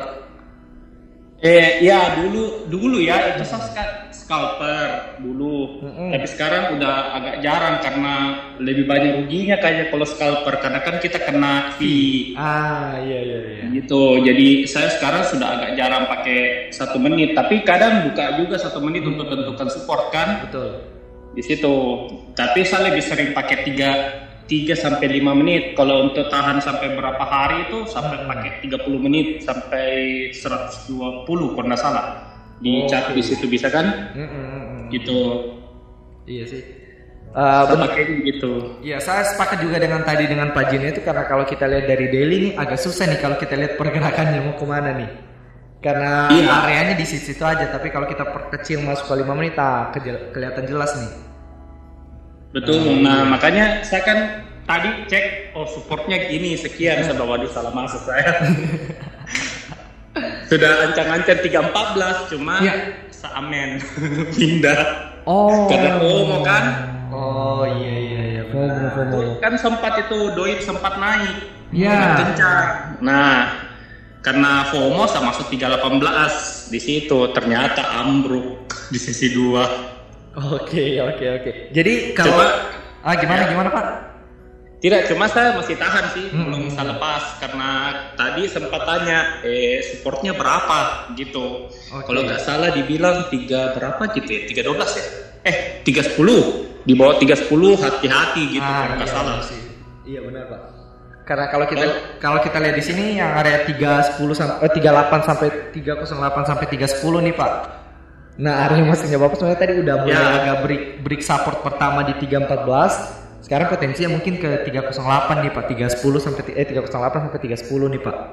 Eh ya dulu dulu ya itu saya scalper dulu, mm-hmm. Tapi sekarang udah agak jarang karena lebih banyak ruginya kayaknya kalau scalper, karena kan kita kena fee. Ah iya iya iya. Gitu, jadi saya sekarang sudah agak jarang pakai satu menit, tapi kadang buka juga satu menit hmm. untuk tentukan support kan. Betul. Di situ, tapi saya lebih sering pakai tiga tiga sampai lima menit. Kalau untuk tahan sampai berapa hari itu sampai hmm. pakai tiga puluh menit sampai seratus dua puluh kalau nggak salah. Di oh, chat okay. Di situ bisa kan? Mm-mm. Gitu. Iya sih. Uh, pakai gitu. Iya, saya sepakat juga dengan tadi dengan Pak Jin itu, karena kalau kita lihat dari daily nih agak susah nih kalau kita lihat pergerakannya mau kemana nih. Karena iya. Areanya di situ aja, tapi kalau kita perkecil masuk ke lima menit, ah, ke- kelihatan jelas nih. Betul, hmm. Nah makanya saya kan tadi cek, oh supportnya ini sekian, saya bawa di salah masuk saya. Sudah ancang-ancang tiga empat belas, cuma ya. Seamen pindah. Oh. Karena FOMO kan. Oh iya iya iya. FOMO FOMO. Kan sempat itu Doit sempat naik. Iya. Kencang. Nah, karena FOMO saya masuk tiga delapan belas di situ, ternyata ambruk di sisi dua. Oke oke oke. Jadi kalau Coba, ah gimana ya. gimana Pak? Tidak, cuma saya masih tahan sih, hmm. belum bisa lepas karena tadi sempat tanya, eh supportnya berapa gitu. Okay. Kalau nggak salah dibilang tiga berapa gitu ya, tiga dua belas ya? Eh tiga sepuluh, di bawah tiga sepuluh hati-hati gitu ah, kalau nggak iya, salah. Sih. Iya benar Pak. Karena kalau kita oh. kalau kita lihat di sini yang area tiga sepuluh sampai eh, tiga delapan sampai tiga nol delapan sampai tiga sepuluh nih Pak. Nah area masuknya Bapak sebenarnya tadi udah mulai ya. agak break break support pertama di tiga empat belas. Sekarang potensinya mungkin ke tiga nol delapan nih Pak, tiga sepuluh sampai eh tiga nol delapan sampai tiga sepuluh nih Pak.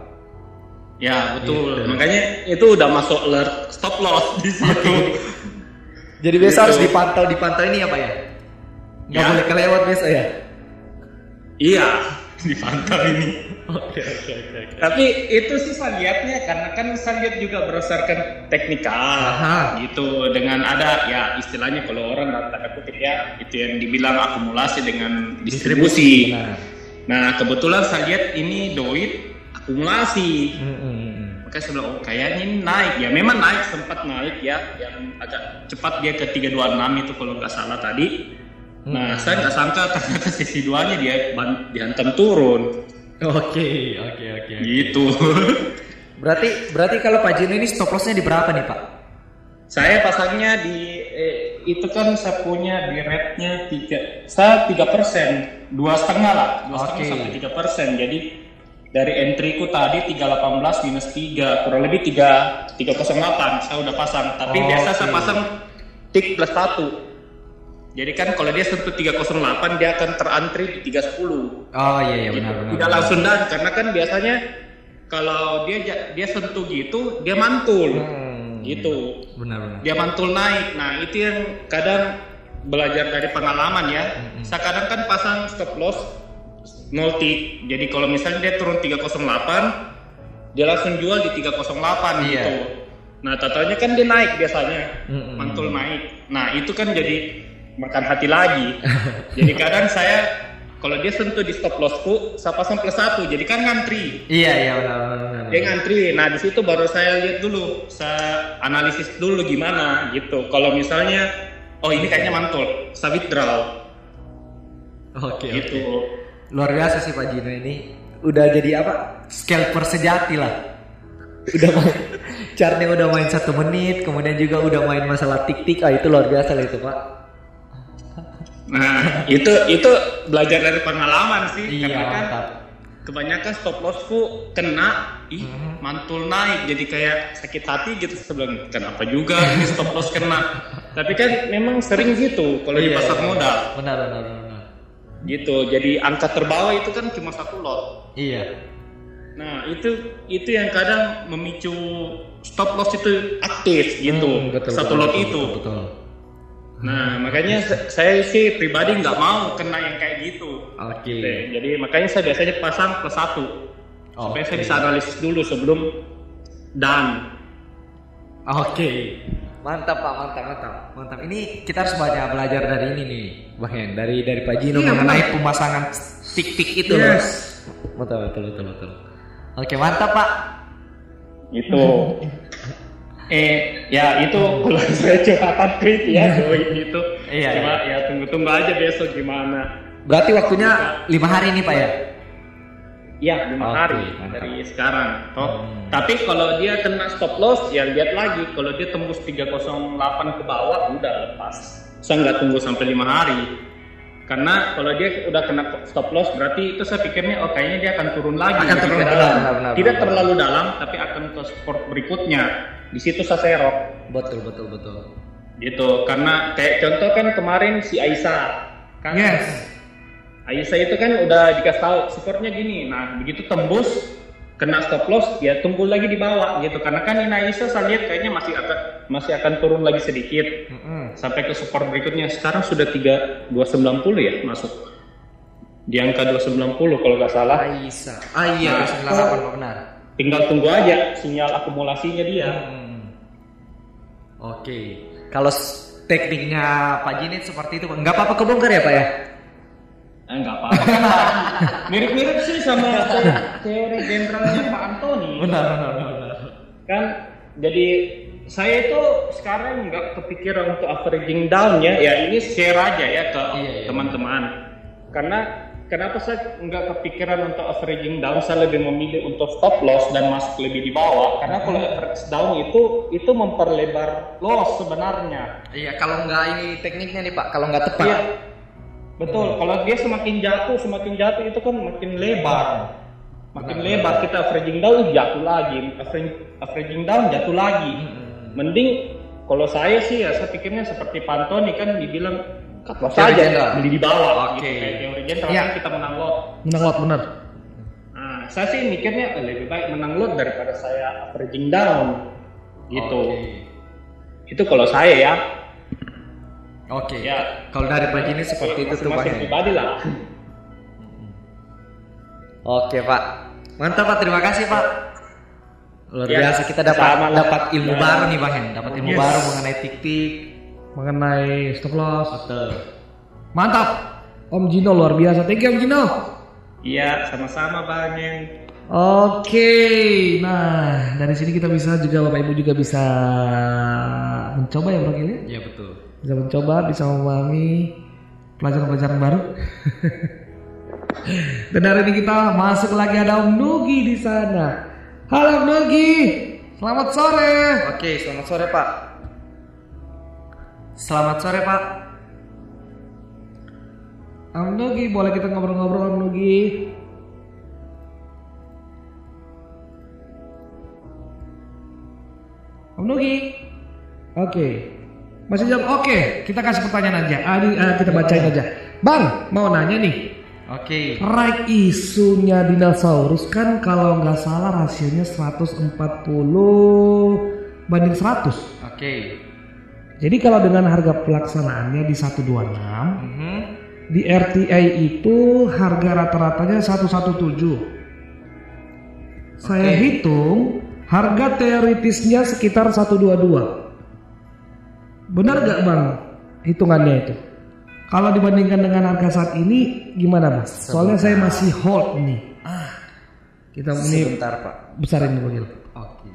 Ya betul, gitu. Makanya itu udah masuk alert stop loss di situ. Okay. Jadi biasa gitu. Harus dipantau dipantau ini ya Pak ya? Nggak ya. boleh kelewat biasa ya? Iya, dipantau ini. Oke oke oke. Tapi itu sih saya lihatnya karena kan saya lihat juga berdasarkan teknikal. Aha. Gitu, dengan ada ya istilahnya kalau orang dalam tanda kutip ya itu yang dibilang akumulasi dengan distribusi. distribusi. Nah kebetulan saya lihat ini Doit akumulasi. Mm-hmm. Makanya saya bilang oh kayaknya ini naik ya, memang naik, sempat naik ya, yang agak cepat dia ke tiga dua enam itu kalau nggak salah tadi. Mm-hmm. Nah saya nggak sangka ternyata sesi duanya dia dihantam turun. Oke, oke, oke. Gitu. Berarti, berarti kalau Pak Jin ini stop lossnya di berapa nih Pak? Saya pasangnya di eh, itu kan saya punya di rate-nya tiga, saya tiga persen, dua setengah lah, dua setengah okay. sampai tiga persen. Jadi dari entry-ku tadi tiga delapan belas minus tiga, kurang lebih tiga tiga nol delapan. Saya udah pasang. Tapi oh, biasa okay. saya pasang tick plus satu. Jadi kan kalau dia sentuh tiga nol delapan dia akan terantri di tiga sepuluh. Oh iya iya benar benar. Tidak langsung dan karena kan biasanya kalau dia dia sentuh gitu dia mantul. Hmm, gitu. Benar benar. Dia mantul naik. Nah, itu yang kadang belajar dari pengalaman ya. Hmm. Saya kadang kan pasang stop loss nol tick. Jadi kalau misalnya dia turun tiga nol delapan, dia langsung jual di tiga nol delapan iya. gitu. Nah, totalnya kan dia naik biasanya. Hmm. Mantul naik. Nah, itu kan jadi makan hati lagi. Jadi kadang saya kalau dia sentuh di stop lossku, saya pasang plus satu. Jadi kan ngantri. Iya iya benar benar. Dia ngantri. Nah di situ baru saya lihat dulu, saya analisis dulu gimana gitu. Kalau misalnya, oh ini kayaknya mantul, saya withdraw. Oke. Gitu. Oke. Luar biasa sih Pak Gino ini. Udah jadi apa? Scalper sejati lah. Udah main, chartnya udah main satu menit, kemudian juga udah main masalah tik-tik. Ah itu luar biasa lah itu Pak. Nah itu itu belajar dari pengalaman sih. Iya, karena kan mantap. Kebanyakan stop lossku kena, ih hmm. mantul naik, jadi kayak sakit hati gitu sebelum kenapa juga ini stop loss kena. Tapi kan memang sering gitu kalau iya, di pasar modal. Benar benar benar. Gitu, jadi angka terbawah itu kan cuma satu lot. Iya. Nah itu itu yang kadang memicu stop loss itu aktif gitu, hmm, betul, satu betul, lot betul, itu. Betul, betul. Nah makanya saya sih pribadi nggak mau kena yang kayak gitu. Oke. Okay. Jadi makanya saya biasanya pasang plus satu oh, supaya okay. saya bisa analisis dulu sebelum done. Oke. Okay. Mantap Pak, mantap mantap mantap. Ini kita harus banyak belajar dari ini nih, Bang Hen, dari dari Pak Gino iya, mengenai benar. Pemasangan tik-tik itu yes. loh. Betul betul betul betul. Oke mantap Pak. Itu. Eh ya itu kalau saya curhatan krit ya gitu. Iya. Cuma iya. ya tunggu-tunggu aja besok gimana. Berarti waktunya lima hari nih Pak ya? Iya lima okay, hari mantap. Dari sekarang. Toh. Hmm. Tapi kalau dia kena stop loss ya lihat lagi. Kalau dia tembus tiga nol delapan ke bawah udah lepas. Saya nggak tunggu sampai lima hari. Karena kalau dia udah kena stop loss berarti itu saya pikirnya oh kayaknya dia akan turun lagi. Akan turun dalam. dalam. Benar, benar, Tidak benar. terlalu dalam tapi akan ke support berikutnya. Di situ saya serok. Betul betul betul. Gitu. Karena kayak contoh kan kemarin si Aisyah kan. Yes. Aisyah itu kan udah dikasih tahu supportnya gini. Nah, begitu tembus kena stop loss ya tunggu lagi di bawah gitu. Karena kan ini Aisyah saya lihat kayaknya masih akan masih akan turun lagi sedikit. Mm-hmm. Sampai ke support berikutnya. Sekarang sudah tiga dua sembilan puluh ya masuk. Di angka dua sembilan puluh kalau nggak salah. Aisyah. Ah iya nah, dua sembilan delapan benar. Tinggal tunggu aja sinyal akumulasinya dia. Hmm. Oke. Okay. Kalau tekniknya Pak Jinit seperti itu, nggak apa-apa kebongkar ya Pak ya? Eh, nggak apa-apa. Mirip-mirip sih sama teori generalnya Pak Antoni. Benar, benar, benar. Kan jadi saya itu sekarang nggak kepikiran untuk averaging down ya. Ya ini share aja ya ke iya, iya. teman-teman. Karena kenapa saya nggak kepikiran untuk averaging down, saya lebih memilih untuk stop loss dan masuk lebih di bawah. Karena kalau average down itu itu memperlebar loss sebenarnya. Iya, kalau nggak ini tekniknya nih Pak, kalau nggak tepat. Iya, betul. Hmm. Kalau dia semakin jatuh, semakin jatuh itu kan makin lebar. Makin benar, lebar benar. Kita averaging down jatuh lagi, averaging down jatuh lagi. Hmm. Mending kalau saya sih ya saya pikirnya seperti Pantoni kan dibilang cut loss saja beli di bawah. Oke. Okay. Gitu. Kayak teori general ya. Kita menang lot. Menang lot benar. Nah, saya sih mikirnya lebih baik menang lot daripada saya averaging down. Gitu. Okay. Itu kalau saya ya. Oke. Okay. Ya. Kalau dari Pak ini seperti itu tuh Pak. Pribadi lah. Oke Pak. Mantap Pak, terima kasih Pak. Luar ya, biasa kita dapat dapat ilmu ya. baru nih Bang Hen. Dapat ilmu yes. baru mengenai tik-tik, mengenai stop loss. Betul. Mantap. Om Gino luar biasa. Thank you Om Gino. Iya, sama-sama Bang Hen. Oke. Nah, dari sini kita bisa juga Bapak Ibu juga bisa mencoba ya Bang Hen. Iya, betul. Bisa mencoba, bisa memahami pelajaran-pelajaran baru. Dan hari ini kita masuk lagi ada Om Nugi di sana. Halo Om Nugi, selamat sore. Oke, selamat sore Pak. Selamat sore Pak. Om Nugi, boleh kita ngobrol-ngobrol Om Nugi? Om Nugi. Oke. Masih jawab? Oke, kita kasih pertanyaan aja. Adi, uh, kita bacain aja. Bang, mau nanya nih. Oke. Right isunya dinosaurus kan kalau nggak salah rasionya seratus empat puluh banding seratus. Oke. Jadi kalau dengan harga pelaksanaannya di seratus dua puluh enam, Mm-hmm. di R T I itu harga rata-ratanya seratus tujuh belas. Saya Oke. hitung harga teoritisnya sekitar seratus dua puluh dua. Benar gak bang hitungannya itu? Kalau dibandingkan dengan harga saat ini gimana mas? Soalnya saya masih hold nih. Ah, kita ini Sebentar Pak. besarin dulu gitu. Oke.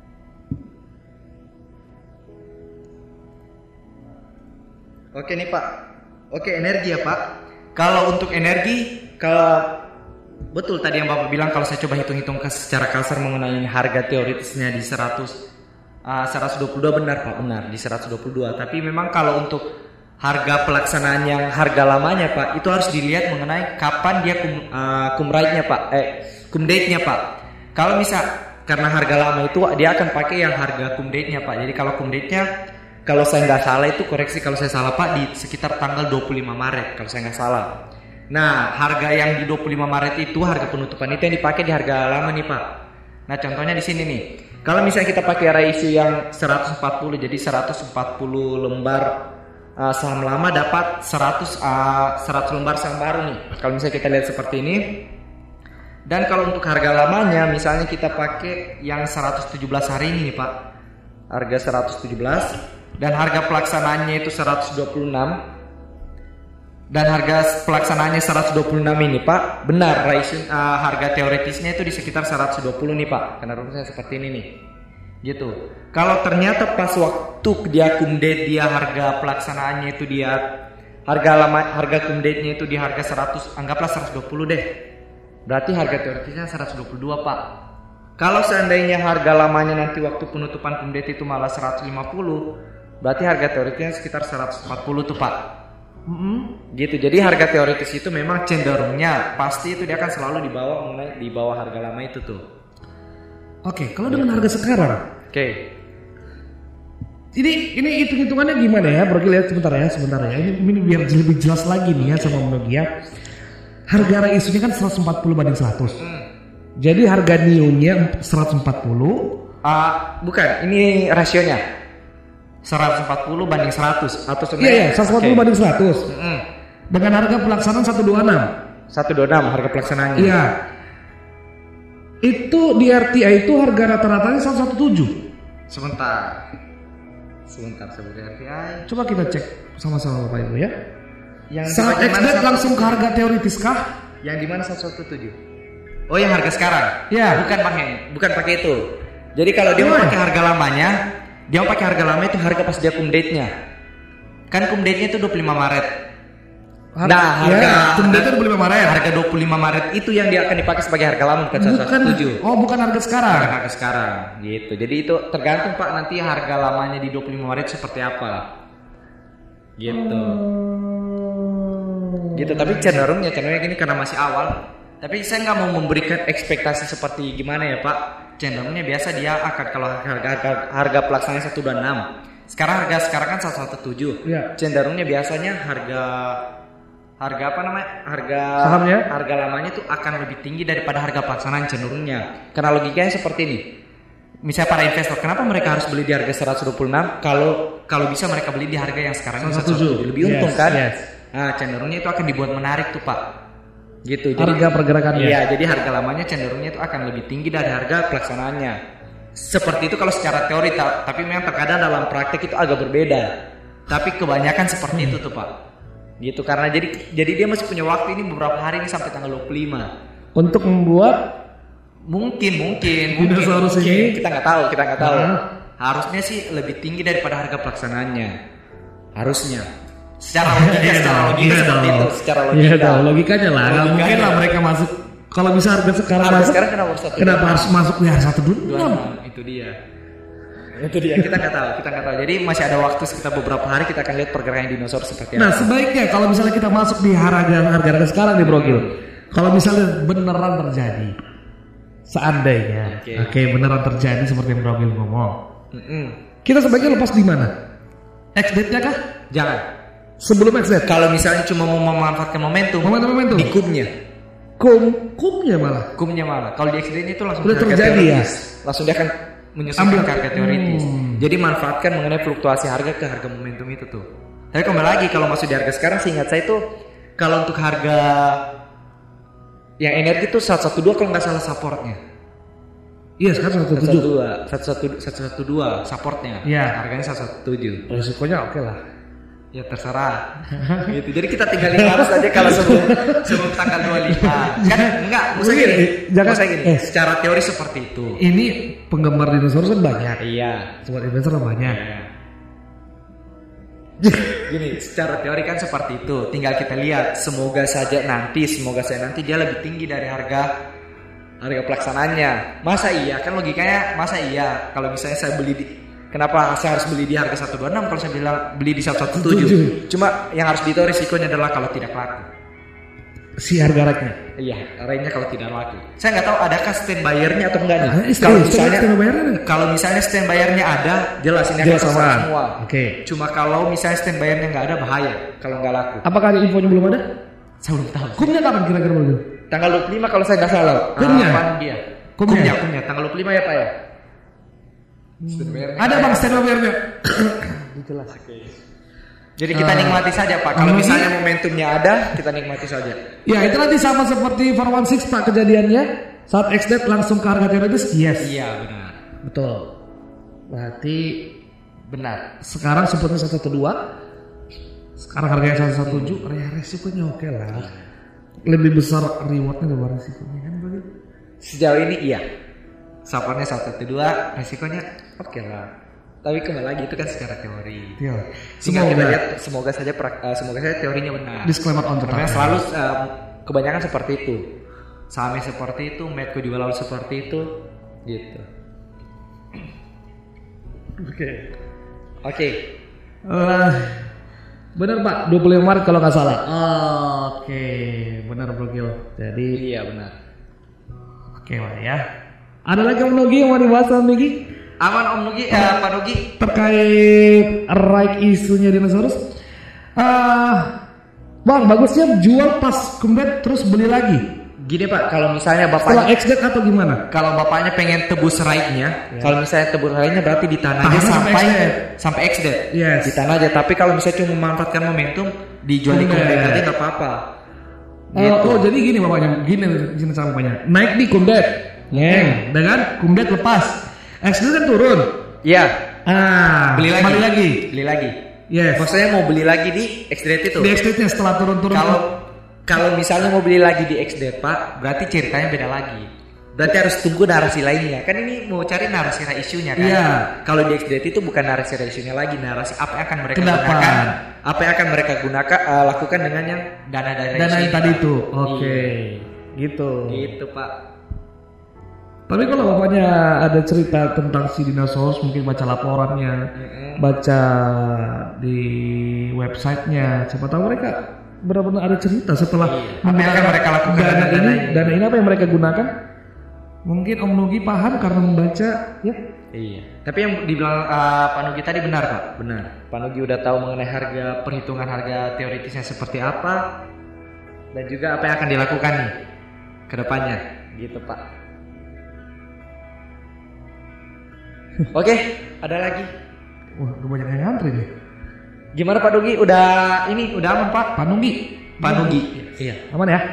Oke nih Pak. Oke energi ya Pak. Kalau untuk energi, kalau betul tadi yang Bapak bilang, kalau saya coba hitung-hitung ke secara kasar mengenai harga teoritisnya di seratus, uh, seratus dua puluh dua benar Pak, benar di seratus dua puluh dua. Tapi memang kalau untuk harga pelaksanaan yang harga lamanya Pak, itu harus dilihat mengenai kapan dia kum, uh, cum rate-nya Pak, eh cum date-nya Pak. Kalau misal karena harga lama itu dia akan pakai yang harga cum date-nya Pak. Jadi kalau cum date-nya, kalau saya nggak salah itu, koreksi kalau saya salah Pak, di sekitar tanggal dua puluh lima Maret kalau saya nggak salah. Nah harga yang di dua puluh lima Maret itu, harga penutupan itu yang dipakai di harga lama nih Pak. Nah contohnya di sini nih, kalau misalnya kita pakai ratio yang seratus empat puluh, jadi seratus empat puluh lembar Uh, saham lama dapat seratus, uh, seratus lembar saham baru nih. Kalau misalnya kita lihat seperti ini. Dan kalau untuk harga lamanya, misalnya kita pakai yang seratus tujuh belas hari ini nih Pak, harga seratus tujuh belas, dan harga pelaksanaannya itu seratus dua puluh enam, dan harga pelaksanaannya seratus dua puluh enam ini Pak, benar ratio, uh, harga teoritisnya itu di sekitar seratus dua puluh nih Pak, karena rumusnya seperti ini nih. Gitu. Kalau ternyata pas waktu dia cum date, dia harga pelaksanaannya itu dia harga lama, harga cum date-nya itu di harga seratus, anggaplah seratus dua puluh deh. Berarti harga teoritisnya seratus dua puluh dua Pak. Kalau seandainya harga lamanya nanti waktu penutupan cum date itu malah seratus lima puluh, berarti harga teoritisnya sekitar seratus empat puluh tuh Pak. Mm-hmm. Gitu. Jadi harga teoritis itu memang cenderungnya pasti itu dia akan selalu di bawah mengenai di bawah harga lama itu tuh. Oke, kalau dengan harga sekarang, oke. Ini ini hitung-hitungannya gimana ya, Bro? Lihat sebentar ya, sebentar ya. Ini, ini biar lebih jelas lagi nih ya sama Monogia. Harga raisunya kan seratus empat puluh banding seratus. Hmm. Jadi harga Neo-nya seratus empat puluh. Uh, bukan, ini rasionya seratus empat puluh banding seratus atau sebenarnya? Iya, iya, seratus empat puluh okay. banding seratus. Hmm. Dengan harga pelaksanaan seratus dua puluh enam. seratus dua puluh enam harga pelaksanaannya. Iya. Itu di R T I itu harga rata-ratanya seratus tujuh belas. Sebentar. Sebentar sebagai R T I. Coba kita cek sama-sama Bapak Ibu ya. Yang saat X-date langsung ke harga teoritis kah? Yang di mana seratus tujuh? Oh, yang harga sekarang? Ya. Bukan pakai, bukan pakai itu. Jadi kalau dia mau pakai harga lamanya, dia mau pakai harga lama itu harga pas dia cum date-nya. Kan cum date-nya itu dua puluh lima Maret. Harga, nah, harga ya, cum date-nya dua puluh lima Maret. Harga dua puluh lima Maret itu yang dia akan dipakai sebagai harga lama, bukan seratus tujuh. Oh, bukan harga sekarang. Bukan harga sekarang, gitu. Jadi itu tergantung Pak, nanti harga lamanya di dua puluh lima Maret seperti apa. Gitu. Oh. Gitu, tapi cenderungnya cenderungnya gini karena masih awal. Tapi saya nggak mau memberikan ekspektasi seperti gimana ya Pak. Cenderungnya biasa dia akan kalau harga harga, harga pelaksananya seratus dua puluh enam. Sekarang harga sekarang kan seratus tujuh belas. Ya. Cenderungnya biasanya harga harga apa namanya? Harga sahamnya, harga lamanya itu akan lebih tinggi daripada harga pelaksanaan cenderungnya. Karena logikanya seperti ini. Misalnya para investor, kenapa mereka harus beli di harga seratus dua puluh enam kalau kalau bisa mereka beli di harga yang sekarang seratus tujuh belas, lebih untung yes, kan? Yes. Nah, cenderungnya itu akan dibuat menarik tuh Pak. Gitu. Jadi, harga pergerakannya. Iya, jadi harga lamanya cenderungnya itu akan lebih tinggi dari harga pelaksanaannya. Seperti itu kalau secara teori, tapi memang terkadang dalam praktik itu agak berbeda. Tapi kebanyakan seperti hmm. itu tuh Pak. Gitu, karena jadi jadi dia masih punya waktu ini beberapa hari ini sampai tanggal dua puluh lima untuk membuat mungkin mungkin mungkin, mungkin ini kita nggak tahu kita nggak tahu. Nah. Harusnya sih lebih tinggi daripada harga pelaksanaannya. Harusnya. Secara logika, secara logika seperti itu, secara logika. Iya dong, logikanya lah. Nggak mungkin lah mereka masuk. Kalau bisa harga sekarang harga masuk, sekarang kenapa, satu kenapa harus masuk di harga satu dulu? Itu dia. Itu dia, kita nggak tahu, kita nggak tahu. Jadi masih ada waktu sekitar beberapa hari kita akan lihat pergerakan dinosaurus seperti apa. Nah, sebaiknya kalau misalnya kita masuk di harga harga sekarang nih Bro Gil. Kalau misalnya beneran terjadi, seandainya, oke, okay. okay, beneran terjadi seperti yang Bro Gil ngomong, mm-hmm. kita sebaiknya lepas di mana? X-date-nya kah? Jangan. Sebelum X-date. Kalau misalnya cuma mau memanfaatkan momentum, momentum-momentum di kumnya. Kum, kumnya malah. Kumnya malah. Kalau di X-date itu langsung udah terjadi ya. Langsung dia akan menyusulkan ke harga teoritis. Hmm. Jadi manfaatkan mengenai fluktuasi harga ke harga momentum itu tuh. Tapi kembali lagi kalau masuk di harga sekarang, seingat saya itu kalau untuk harga yang energi itu seratus dua belas kalau nggak salah supportnya. Iya sekarang seratus tujuh belas. seratus dua belas supportnya. Iya. Harganya seratus tujuh belas. Resikonya oke lah. Ya terserah. Gitu. Jadi kita tinggal lihat saja kalau sebelum sebelum tanggal dua puluh lima. Kan enggak, usah gini. Jangan saya gini. Eh. Secara teori seperti itu. Ini penggemar dinosaurus kan banyak. Iya. Sobat investor banyak. Iya. Gini, secara teori kan seperti itu. Tinggal kita lihat. Semoga saja nanti, semoga saja nanti dia lebih tinggi dari harga harga pelaksanaannya. Masa iya? Kan logikanya masa iya? Kalau misalnya saya beli di, kenapa saya harus beli di harga seratus dua puluh enam kalau saya bilang beli di seratus tujuh belas? Cuma yang harus ditahu risikonya adalah kalau tidak laku. Si harga raknya? Iya, raknya kalau tidak laku. Saya nggak tahu adakah stand buyer-nya atau enggak nih. Ah, kalau misalnya stand buyer-nya, kalau misalnya stand buyer-nya ada, jelas ini akan sama semua. Oke. Okay. Cuma kalau misalnya stand buyer-nya nggak ada, bahaya kalau nggak laku. Apakah ada infonya belum ada? Saya belum tahu. Kumnya kapan kira-kira belum? Tanggal dua puluh lima kalau saya nggak salah. Kumnya? Kapan dia? Kumnya? kumnya, kumnya. Tanggal dua puluh lima ya Pak ya? Hmm. Ada bang stand buyer-nya. Jelas. Oke. Okay. Jadi kita uh, nikmati saja Pak. Kalau misalnya momentumnya ada, kita nikmati saja. Ya itu nanti sama seperti empat satu enam Pak kejadiannya. Saat X-date langsung ke harga teoritis. Yes. Iya benar. Betul. Berarti benar. Sekarang sebutnya seratus dua belas. Sekarang harganya seratus tujuh belas. Ya resikonya oke okay lah. Lebih besar rewardnya daripada resikonya kan begitu. Sejauh ini iya. Supportnya seratus dua belas, resikonya oke okay lah. Tapi kembali lagi itu kan secara teori. Iya. Sehingga kita lihat semoga saja uh, semoga saja teorinya benar. Disclaimer on the Karena selalu uh, kebanyakan seperti itu. Sahamnya seperti itu, Medco juga lalu seperti itu, gitu. Oke. Okay. Oke. Okay. Uh, benar Pak, dua puluh lima Maret kalau nggak salah. Oke, okay. Benar Bro Gil. Jadi iya benar. Oke okay, lah ya. Ada lagi Om Nugi yang mau dibahas Om Nugi? Aman Om Nugi, eh, Pak Nugi terkait right isunya dinosaurus. Uh, bang, bagusnya jual pas kumdet terus beli lagi. Gini Pak, kalau misalnya bapaknya setelah X-date atau gimana? Kalau bapaknya pengen tebus right-nya, ya. Kalau misalnya tebus right-nya berarti ditahan aja sampai sampai X-date. Yes. Ditahan aja. Tapi kalau misalnya cuma memanfaatkan momentum, dijual di kumdet aja nggak apa-apa. Gitu. Oh, oh, jadi gini bapaknya, gini gini cara bapaknya. Naik di kumdet, neng, dengan kumdet lepas. X-date kan turun. Iya. Ah, beli lagi. Beli lagi. Beli lagi. Yes. Maksudnya mau beli lagi di X-date itu. Di X-date-nya setelah turun-turun. Kalau kalau misalnya mau beli lagi di X-date Pak, berarti ceritanya beda lagi. Berarti harus tunggu narasi lainnya. Kan ini mau cari narasi isunya kan. Iya. Kalau di X-date itu bukan narasi isunya lagi, narasi apa yang akan mereka Kenapa? gunakan. Apa yang akan mereka gunakan uh, lakukan dengan yang dana-dana dana yang tadi itu. Oke. Okay. Gitu. Gitu Pak. Tapi kalau bapaknya ada cerita tentang si dinosaurus, mungkin baca laporannya, mm-hmm. baca di websitenya, siapa tahu mereka benar-benar ada cerita setelah iya. Apa yang akan mereka lakukan dana ini, dana ini apa yang mereka gunakan? Mungkin Om Nugi paham karena membaca, ya. Iya. Tapi yang dibilang uh, Pak Nugi tadi benar Pak, benar. Pak Nugi udah tahu mengenai harga perhitungan harga teoritisnya seperti apa dan juga apa yang akan dilakukan nih ke depannya, gitu Pak. Oke, ada lagi. Wah, udah banyak yang ngantri nih. Gimana Pak Nugi? Udah ini udah aman Pak? Pak Nugi. Pak Nugi. Iya. Aman ya?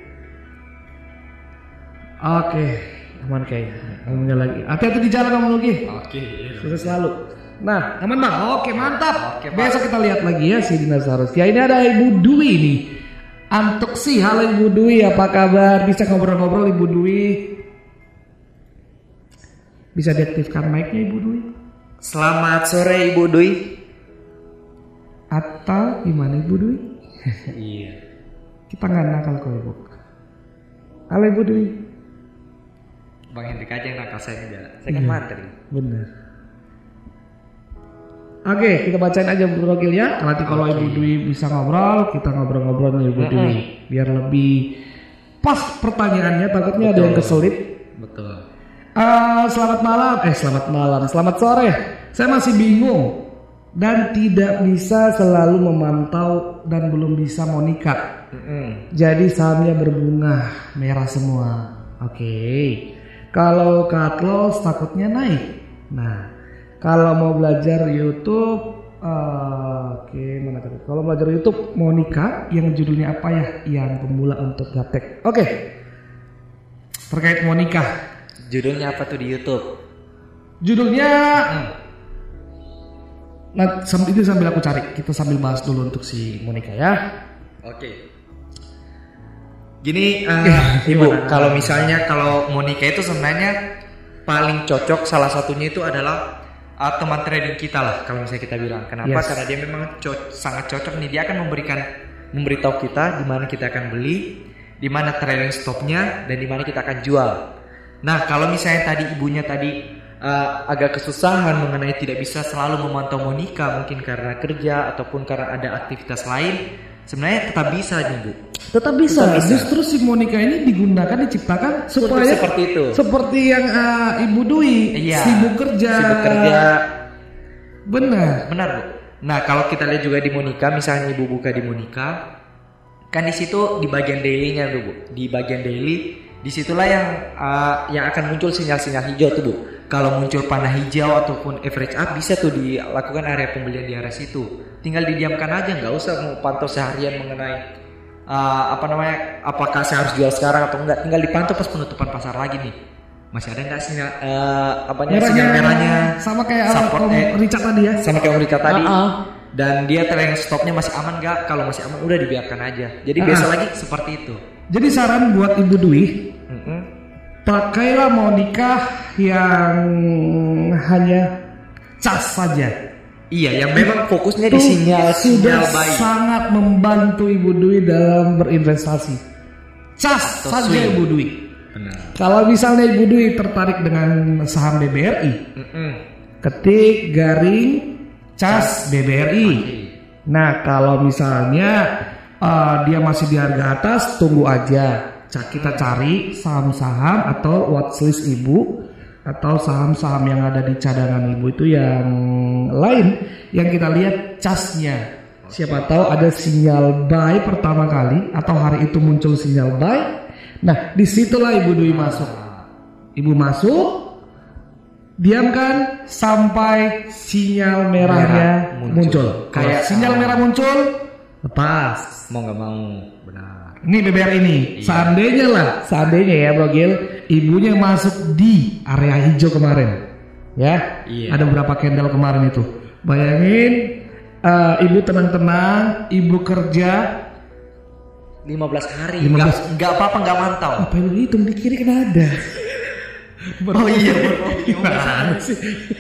Oke, aman kayaknya. Amannya lagi. Hati-hati di jalan Om Nugi. Oke. Sukses selalu. Nah, aman Bang. Oke, mantap. Oke, besok kita lihat lagi ya si dinosaurus. Ya ini ada Ibu Dwi nih. Antuk sih, halo Ibu Dwi, apa kabar? Bisa ngobrol-ngobrol Ibu Dwi? Bisa diaktifkan mic-nya Ibu Dwi? Selamat sore Ibu Dwi. Atau gimana Ibu Dwi? Iya. Kita nggak nakal kok Ibu. Halo Ibu Dwi. Bang Hendrik aja yang nakal, saya enggak. Saya kan mantri. Bener. Oke, kita bacain aja profilnya. Nanti kalau okay. Ibu Dwi bisa ngobrol, kita ngobrol-ngobrol nih Ibu mm-hmm. Dwi. Biar lebih pas pertanyaannya. Takutnya Betul. Ada yang kesulit. Betul. Uh, selamat malam, eh selamat malam, selamat sore. Saya masih bingung dan tidak bisa selalu memantau dan belum bisa mau nikah. Mm-hmm. Jadi sahamnya berbunga merah semua. Oke. Okay. Kalau cut loss takutnya naik. Nah, kalau mau belajar YouTube, uh, oke okay, mana tadi? Kalau belajar YouTube mau nikah, yang judulnya apa ya? Yang pemula untuk gaptek. Oke. Okay. Terkait mau nikah. Judulnya apa tuh di YouTube? Judulnya. Hmm. Nah, sambil itu sambil aku cari, kita sambil bahas dulu untuk si Monica ya. Oke. Gini, uh, Ibu, kalau misalnya kalau Monica itu sebenarnya paling cocok salah satunya itu adalah uh, teman trading kita lah, kalau misalnya kita bilang. Kenapa? Yes. Karena dia memang co- sangat cocok nih. Dia akan memberikan, memberitahu kita di mana kita akan beli, di mana trading stopnya, dan di mana kita akan jual. Nah, kalau misalnya tadi ibunya tadi Uh, agak kesusahan mengenai tidak bisa selalu memantau Monica mungkin karena kerja ataupun karena ada aktivitas lain, sebenarnya tetap bisa nih Bu. Tetap bisa. Tetap bisa. Justru si Monica ini digunakan diciptakan supaya untuk seperti itu. Seperti yang uh, Ibu Dwi iya, sibuk kerja. Sibuk kerja. Benar. Benar Bu. Nah kalau kita lihat juga di Monica, misalnya Ibu buka di Monica, kan di situ di bagian daily-nya tuh Bu. Di bagian daily, disitulah yang uh, yang akan muncul sinyal-sinyal hijau tuh Bu. Kalau muncul panah hijau ataupun average up bisa tuh dilakukan area pembelian di area situ. Tinggal didiamkan aja, nggak usah mau pantau seharian mengenai uh, apa namanya, apakah saya harus jual sekarang atau enggak. Tinggal dipantau pas penutupan pasar lagi nih. Masih ada nggak sinyal uh, apanya merahnya, sinyal merahnya? Sama kayak support, eh, Richard tadi ya. Sama kayak Richard tadi. Uh-uh. Dan dia trailing stopnya masih aman nggak? Kalau masih aman udah dibiarkan aja. Jadi uh-uh. biasa lagi seperti itu. Jadi saran buat Ibu Dwi. Uh-uh. Pakailah mau nikah yang hanya cas saja. Iya, yang memang fokusnya di sinyal sudah sinyal baik. Sangat membantu Ibu Dwi dalam berinvestasi. Cas atau saja swing. Ibu Dwi. Benar. Kalau misalnya Ibu Dwi tertarik dengan saham B B R I, mm-mm. ketik garing cas B B R I. Okay. Nah, kalau misalnya uh, dia masih di harga atas, tunggu aja. Kita cari saham-saham atau watchlist Ibu atau saham-saham yang ada di cadangan Ibu itu yang lain yang kita lihat casnya. Siapa tahu ada sinyal buy pertama kali atau hari itu muncul sinyal buy. Nah, disitulah Ibu Dwi masuk. Ibu masuk, diamkan sampai sinyal merahnya merah muncul. muncul. Kayak sinyal merah muncul, lepas. Mau nggak mau, benar. Ini B B R ini, iya. seandainya lah, seandainya ya Bro Gil, ibunya masuk di area hijau kemarin, ya, iya. Ada beberapa candle kemarin itu. Bayangin, uh, ibu tenang-tenang, ibu kerja lima belas hari, lima belas nggak apa-apa, nggak mantau. Apa yang lu hitung di kiri kan ada? Oh iya, gimana sih?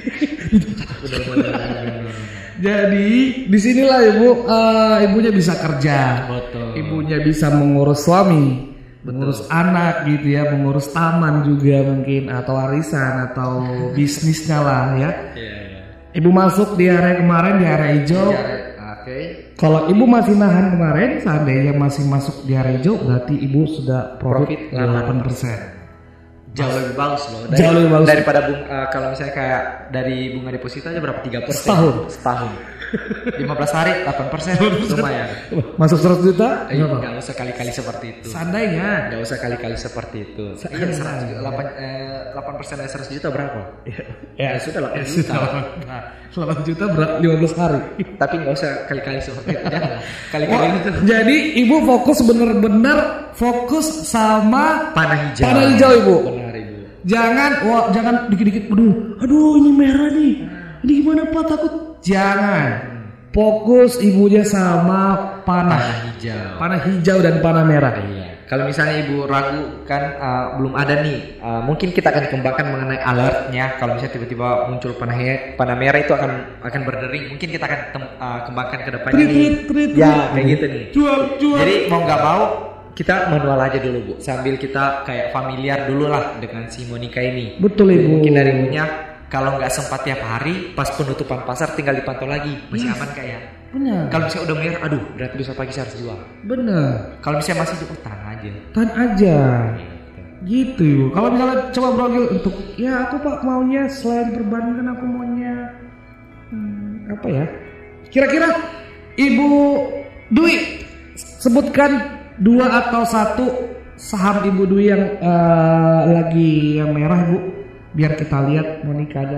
Jadi disinilah ibu, uh, ibunya bisa kerja, betul. Ibunya bisa mengurus suami, betul. Mengurus anak gitu ya, mengurus taman juga mungkin atau arisan atau bisnisnya lah ya. Yeah, yeah. Ibu masuk di area kemarin di area hijau. Oke. Okay. Kalau ibu masih nahan kemarin, seandainya masih masuk di area hijau, berarti ibu sudah profit, profit delapan persen. Jauh lebih bagus loh. Dari, Jauh lebih bagus daripada bung, uh, kalau misalnya kayak dari bunga deposito aja berapa? tiga persen setahun. Setahun. lima belas hari delapan persen lumayan. Masuk seratus juta? Eh, enggak usah kali-kali seperti itu. Seandainya enggak usah kali-kali seperti itu. Iya, delapan persen dari seratus juta berapa? Ya, ya sudah delapan juta. Nah, delapan juta berapa? lima belas hari. Tapi enggak usah kali-kali seperti itu. Jangan. Kali-kali itu. Jadi ibu fokus benar-benar fokus sama panah hijau. Panah hijau ibu. Benar ibu. Jangan, wah, jangan dikit-dikit. Aduh, aduh ini merah nih. Ini gimana Pak, takut? Jangan. Fokus ibunya sama panah, panah hijau. Panah hijau dan panah merah. Iya. Kalau misalnya ibu ragu kan uh, belum ada nih, uh, mungkin kita akan kembangkan mengenai alertnya. Kalau misalnya tiba-tiba muncul panah panah merah itu akan akan berdering. Mungkin kita akan tem, uh, kembangkan ke depannya nih. Trit, trit, ya kayak gitu nih. Jual, jual. Jadi mau nggak mau kita manual aja dulu Bu, sambil kita kayak familiar dulu lah dengan si Monica ini. Betul ibu. Mungkin dari ibunya. Kalau nggak sempat tiap hari, pas penutupan pasar tinggal dipantau lagi, masih yes. aman kayak. Benar. Kalau misalnya udah merah, aduh, berarti besok pagi saya harus jual. Benar. Kalau misalnya masih cukup tahan aja. Tahan aja. Gitu. Kalau misalnya coba Bro Gil untuk, ya aku Pak maunya selain perbankan aku maunya hmm, apa ya? Kira-kira Ibu Dwi sebutkan dua atau satu saham Ibu Dwi yang uh, lagi yang merah, Bu, biar kita lihat Monica aja.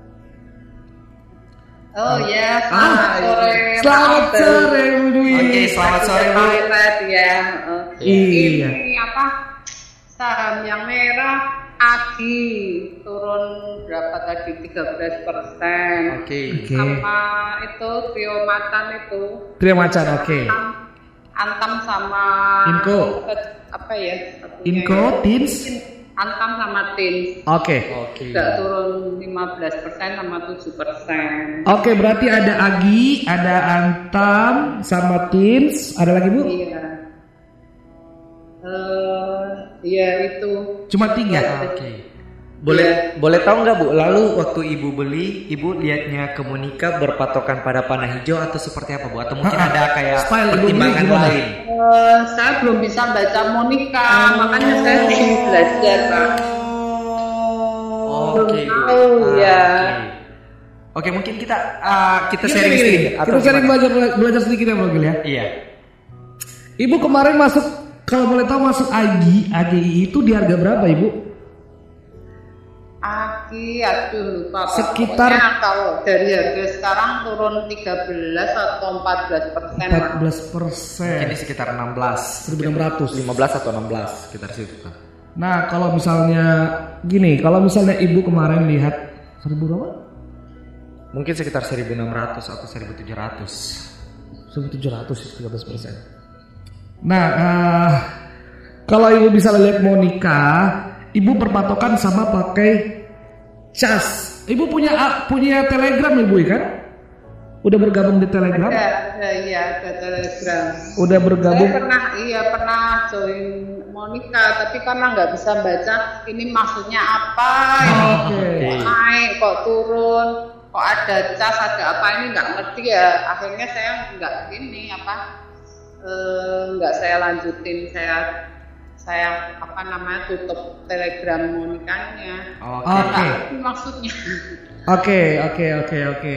Oh ya, selamat ah, sore. Selamat sore Bu Dwi. Oke, okay, selamat sore Bu. Ya. Uh, iya. Ini apa? Saham yang merah Agi turun berapa tadi? tiga belas persen. Oke. Okay. Sama itu Trio Macan itu. Trio Macan, oke. Okay. Antam sama Inco. Apa ya? Inco, Tins. Antam sama Tins. Oke. Okay. Oke. Juga turun lima belas persen sama tujuh persen. Oke, okay, berarti ada Agi, ada Antam sama Tins. Ada lagi, Bu? Iya. Uh, iya itu. Cuma tiga. Oke. Okay. Boleh boleh tahu nggak Bu? Lalu waktu Ibu beli, Ibu lihatnya ke Monica berpatokan pada panah hijau atau seperti apa Bu? Atau mungkin Ha-ha. ada kayak Style pertimbangan Ibu lain? Uh, saya belum bisa baca Monica, oh. makanya saya ingin belajar Pak. Oh, belum Oke. Okay, tahu ah, ya. Oke, okay. okay, mungkin kita uh, kita Gini, sharing gini, sedikit. gini. Kita sharing belajar belajar sedikit ya, Bro Gil ya. Iya. Ibu kemarin masuk, kalau boleh tahu masuk A G I, A G I itu di harga berapa, Ibu? Aki, aduh lupa Pak. Sekitar pokoknya kalau dari harga sekarang turun tiga belas atau empat belas persen. empat belas persen. Mungkin di sekitar enam belas. seribu enam ratus. lima belas atau enam belas sekitar situ kan. Nah, kalau misalnya gini, kalau misalnya Ibu kemarin lihat seribu berapa? Mungkin sekitar seribu enam ratus atau seribu tujuh ratus. seribu tujuh ratus, tiga belas persen. Nah, uh, kalau Ibu bisa lihat Monica, Ibu berpatokan sama pakai cas. Ibu punya punya Telegram Ibu kan? Udah bergabung di Telegram? Ada, ada iya ada Telegram. Udah bergabung? Saya pernah, iya pernah join Monica, tapi karena nggak bisa baca ini maksudnya apa, Oh, ini okay. kok naik, kok turun, kok ada cas, ada apa ini nggak ngerti ya. Akhirnya saya nggak ini apa, eh, nggak saya lanjutin, saya saya apa namanya tutup Telegram Monicanya. Oke. Okay. Nggak ngerti maksudnya. Oke, oke, oke, oke.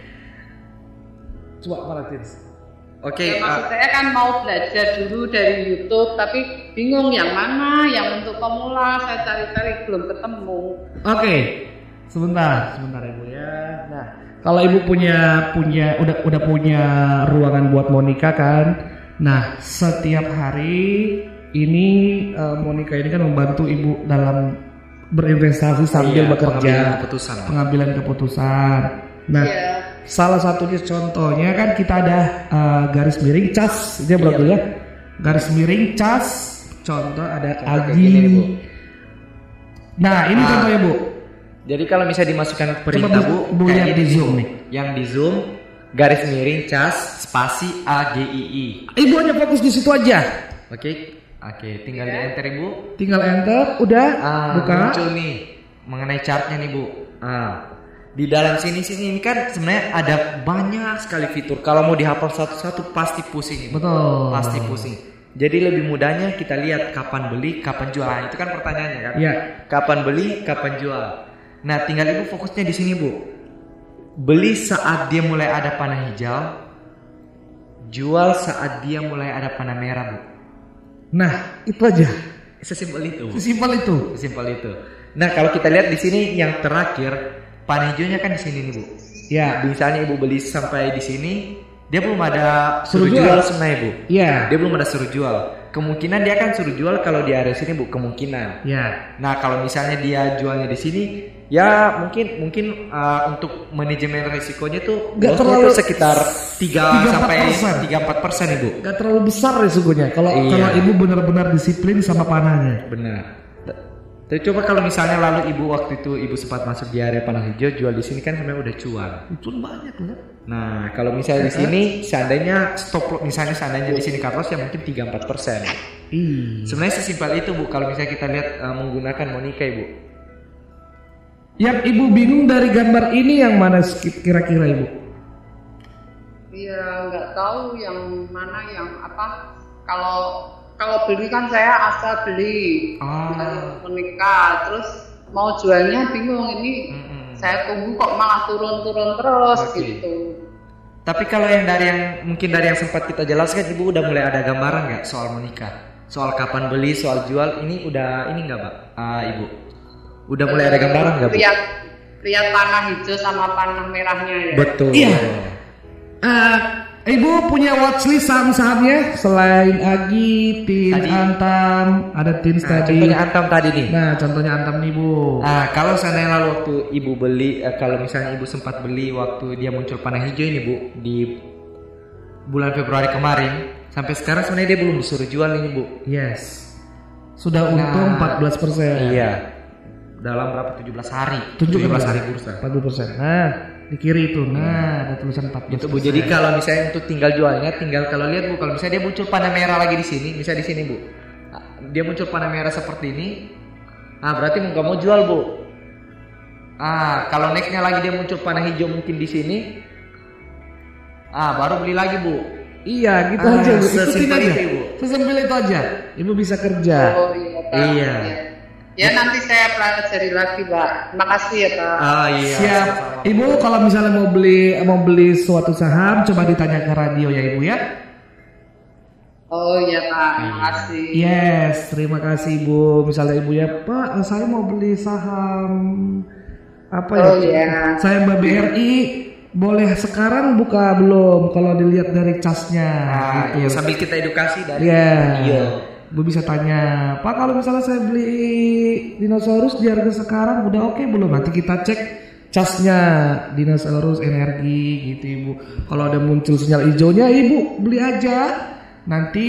Coba Paratin. Oke. Ya, maksud uh, saya kan mau belajar dulu dari YouTube, tapi bingung yang mana, yang untuk pemula saya cari-cari belum ketemu. Oke, sebentar, sebentar Ibu ya. Nah, kalau Ibu punya punya udah udah punya ruangan buat Monica kan. Nah, setiap hari ini uh, Monica ini kan membantu Ibu dalam berinvestasi sambil iya, bekerja. pengambilan keputusan. Pengambilan keputusan. Nah, Iya. salah satunya contohnya kan kita ada uh, garis miring cas, itu ya Bro Iya. ya. Garis miring cas, contoh ada Contoh kayak Agi. gini nih, Bu. Nah, ini Ah. contohnya Bu. Jadi kalau misalnya dimasukkan perintah Coba Bu, Bu, Bu kayak lihat ini di Zoom nih. Yang di Zoom garis miring cas spasi A G I I. Ibu hanya fokus di situ aja. Oke. Oke, tinggal di enter Ibu. Tinggal enter, udah Ah, buka. muncul nih mengenai chartnya nih Bu. Ah, di dalam sini sini ini kan sebenarnya ada banyak sekali fitur. Kalau mau dihafal satu-satu pasti pusing. Ibu. Betul. Pasti pusing. Jadi lebih mudahnya kita lihat kapan beli, kapan jual. Nah, itu kan pertanyaannya kan. Iya. Kapan beli, kapan jual. Nah, tinggal Ibu fokusnya di sini Bu. Beli saat dia mulai ada panah hijau, jual saat dia mulai ada panah merah Bu. Nah, itu aja. Sesimpel itu. Bu. Sesimpel itu. Sesimpel itu. Nah, kalau kita lihat di sini yang terakhir panah hijaunya kan di sini nih Bu. Ya. Misalnya Ibu beli sampai di sini, dia belum ada Suruh suruh jual. jual sebenarnya Bu. Iya. Dia belum ada suruh jual. Kemungkinan dia akan suruh jual kalau di area sini Bu, kemungkinan. Ya. Nah, kalau misalnya dia jualnya di sini, ya mungkin mungkin uh, untuk manajemen risikonya tuh Nggak lossnya terlalu- tuh sekitar tiga tiga sampai sampai empat persen. tiga sampai empat persen Ibu. Gak terlalu besar resikonya kalau Iya. kalau Ibu benar-benar disiplin sama panahnya. Benar. Tapi coba kalau misalnya lalu Ibu waktu itu Ibu sempat masuk di area panah hijau, jual di sini kan sebenarnya udah cuan. Itu banyak ya. Nah, kalau misalnya di sini seandainya stop loss, misalnya seandainya di sini cut loss ya mungkin tiga sampai empat persen. Iya. Sebenarnya sesimpel itu Bu kalau misalnya kita lihat uh, menggunakan Monica Ibu. Yang Ibu bingung dari gambar ini yang mana kira-kira Ibu? Iya nggak tahu yang mana yang apa. Kalau kalau beli kan saya asal beli Ah. dari Monica, terus mau jualnya bingung ini. Mm-mm. saya tunggu kok malah turun-turun terus Oke. gitu. Tapi kalau yang dari yang mungkin dari yang sempat kita jelaskan, Ibu udah mulai ada gambaran nggak soal menikah? Soal kapan beli, soal jual, ini udah ini nggak, Pak? Ah, Ibu, udah mulai ada gambaran nggak, Bu? Lihat lihat panah hijau sama panah merahnya ya. Betul. Iya. Uh, Ibu punya watchlist saham-sahamnya selain Agi, Tin, Tadi. Antam, ada Tin Nah, tadi. contohnya Antam tadi nih. Nah, contohnya Antam nih Bu. Ah, kalau seandainya lalu waktu Ibu beli, eh, kalau misalnya Ibu sempat beli waktu dia muncul panah hijau ini, Bu, di bulan Februari kemarin, sampai sekarang sebenarnya dia belum disuruh jual ini, Bu. Yes. Sudah untung Nah, empat belas persen. Iya. Dalam berapa? tujuh belas hari. tujuh tujuh belas hari bursa. empat puluh persen. Nah, di kiri itu. Nah, ada tulisan empat belas Itu persen. Bu. Jadi kalau misalnya untuk tinggal jualnya, tinggal kalau lihat Bu, kalau misalnya dia muncul panah merah lagi di sini, misalnya di sini Bu, dia muncul panah merah seperti ini, ah berarti nggak mau jual Bu. Ah kalau nextnya lagi dia muncul panah hijau mungkin di sini, ah baru beli lagi Bu. Iya, gitu Ah, aja Bu. Ikutin sesimpel aja. itu, Ibu. Sesimpel itu aja. Ibu bisa kerja. Oh iya Pak. Iya. Ya. Ya nanti saya pelajari lagi Pak. Makasih ya Pak. Ah iya. Siap. Ibu kalau misalnya mau beli mau beli suatu saham coba ditanya ke radio ya Ibu ya. Oh iya Pak. Makasih. Yes, terima kasih Ibu. Misalnya Ibu ya, Pak, saya mau beli saham apa ya? Oh iya. Saya Mbak B R I boleh sekarang buka belum? Kalau dilihat dari casnya. Ah, gitu. iya, sambil kita edukasi dari Iya. radio. Bu bisa tanya, Pak kalau misalnya saya beli dinosaurus di harga sekarang udah oke belum? Nanti kita cek casnya dinosaurus energi gitu Ibu. Kalau ada muncul sinyal hijaunya Ibu beli aja. Nanti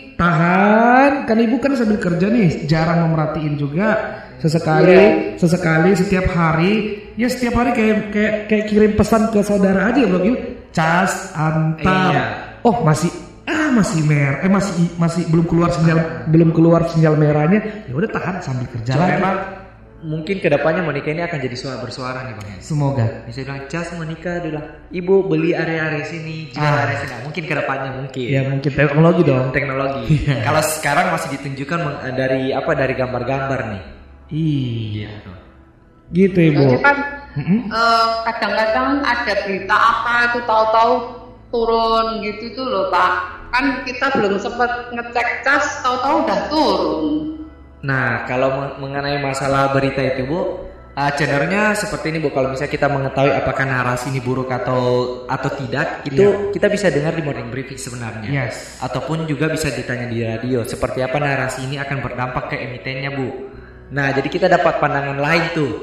tahan, kan Ibu kan sambil kerja nih, jarang memerhatiin juga. Sesekali, sesekali setiap hari, ya setiap hari kayak kayak kayak kirim pesan ke saudara aja Bro Gil. Cas antam. Iya. Oh masih ah masih mer eh masih masih belum keluar sinyal belum keluar sinyal merahnya, ya udah tahan sambil kerja So, lagi. memang mungkin kedepannya menikah ini akan jadi suara bersuara nih Bang. Semoga. Bisa bilang Cas menikah, dia bilang Ibu beli area-area sini, jual Ah. area sini. Nah, mungkin kedepannya mungkin. Ya mungkin teknologi dong. Teknologi. Iya. Kalau sekarang masih ditunjukkan meng- dari apa dari gambar-gambar nih. Iya. Gitu Ibu. Jadi kan Mm-mm. eh, kadang-kadang ada berita apa itu tahu-tahu turun gitu tuh loh Pak. Kan kita belum sempat ngecek cas, tahu-tahu udah turun. Nah, kalau meng- mengenai masalah berita itu Bu, uh, cenderungnya seperti ini Bu. Kalau misalnya kita mengetahui apakah narasi ini buruk atau atau tidak, itu kita bisa dengar di morning briefing sebenarnya. Yes. Ataupun juga bisa ditanya di radio. Seperti apa narasi ini akan berdampak ke emitennya Bu. Nah, jadi kita dapat pandangan lain tuh.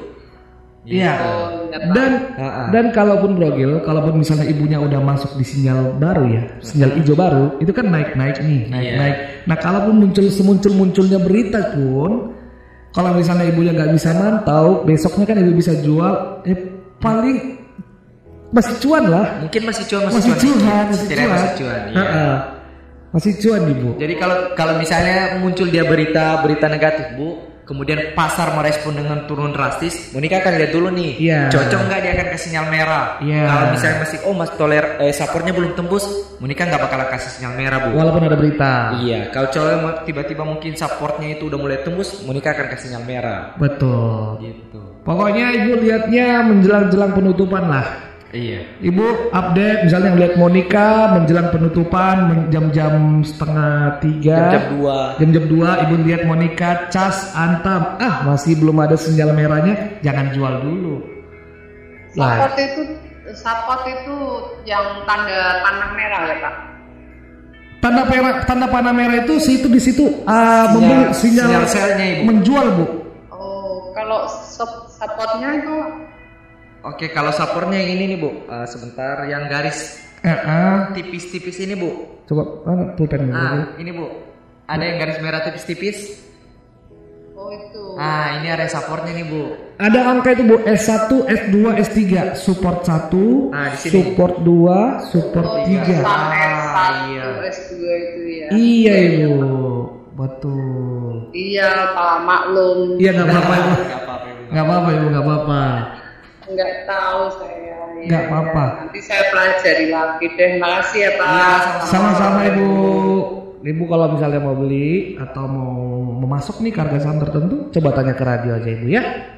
Iya. Oh, iya, Pak. Dan Ha-ha. dan kalaupun Bro Gil, kalaupun misalnya ibunya udah masuk di sinyal baru ya, sinyal hijau baru, itu kan naik-naik nih, naik-naik. Nah, kalaupun muncul semuncul-munculnya berita pun, kalau misalnya ibunya nggak bisa mantau, besoknya kan ibu bisa jual, eh paling masih cuan lah. Mungkin masih cuan, masih, Masih cuan, cuan, masih Setidaknya cuan. masih cuan. Iya. Ha-ha. Masih cuan ibu. Jadi kalau kalau misalnya muncul dia berita berita negatif Bu, kemudian pasar merespon dengan turun drastis, Monica akan lihat dulu nih, Iya. cocok nggak dia akan ke sinyal merah. Iya. Kalau misalnya masih oh mas toler eh, supportnya belum tembus, Monica nggak bakalan kasih sinyal merah Bu. Walaupun ada berita. Iya, kalau cowok tiba-tiba mungkin supportnya itu udah mulai tembus, Monica akan kasih sinyal merah. Betul. Gitu. Pokoknya ibu lihatnya menjelang-jelang penutupan lah. Iya. Ibu update misalnya ngeliat Monica menjelang penutupan men- jam-jam setengah tiga, Jam-jam dua. jam-jam dua ibu lihat Monica cas antam, ah masih belum ada sinyal merahnya, jangan jual dulu. Support itu support itu yang tanda panah merah ya Pak. Tanda merah, tanda panah merah itu situ di situ ah, Sinyal- membeli sinyal, sinyal selnya, Ibu. menjual Bu. Oh, kalau sup- supportnya itu Oke, kalau supportnya yang ini nih Bu, Eh, sebentar yang garis Eh, ah. tipis-tipis ini Bu. Coba mana pulpen Bu? Ah, ini Bu. Ada yang garis merah tipis-tipis. oh itu. Ah, ini area supportnya nih Bu. Ada angka itu Bu, S satu, S dua, S tiga, support satu, Ah, di sini. support dua, support Oh, tiga. sampai S satu, iya. S dua itu ya. Iya Ibu, betul. Iya Pak, maklum. Iya nggak apa-apa Ibu, Gak apa-apa Ibu. nggak apa-apa Ibu, nggak apa-apa. Nggak tahu saya. ya. Nggak apa-apa. Nanti saya pelajari lagi deh. Makasih ya Pak. Iya, Sama-sama Ibu. Ibu kalau misalnya mau beli atau mau memasuk nih ke harga saham tertentu, coba tanya ke radio aja Ibu ya.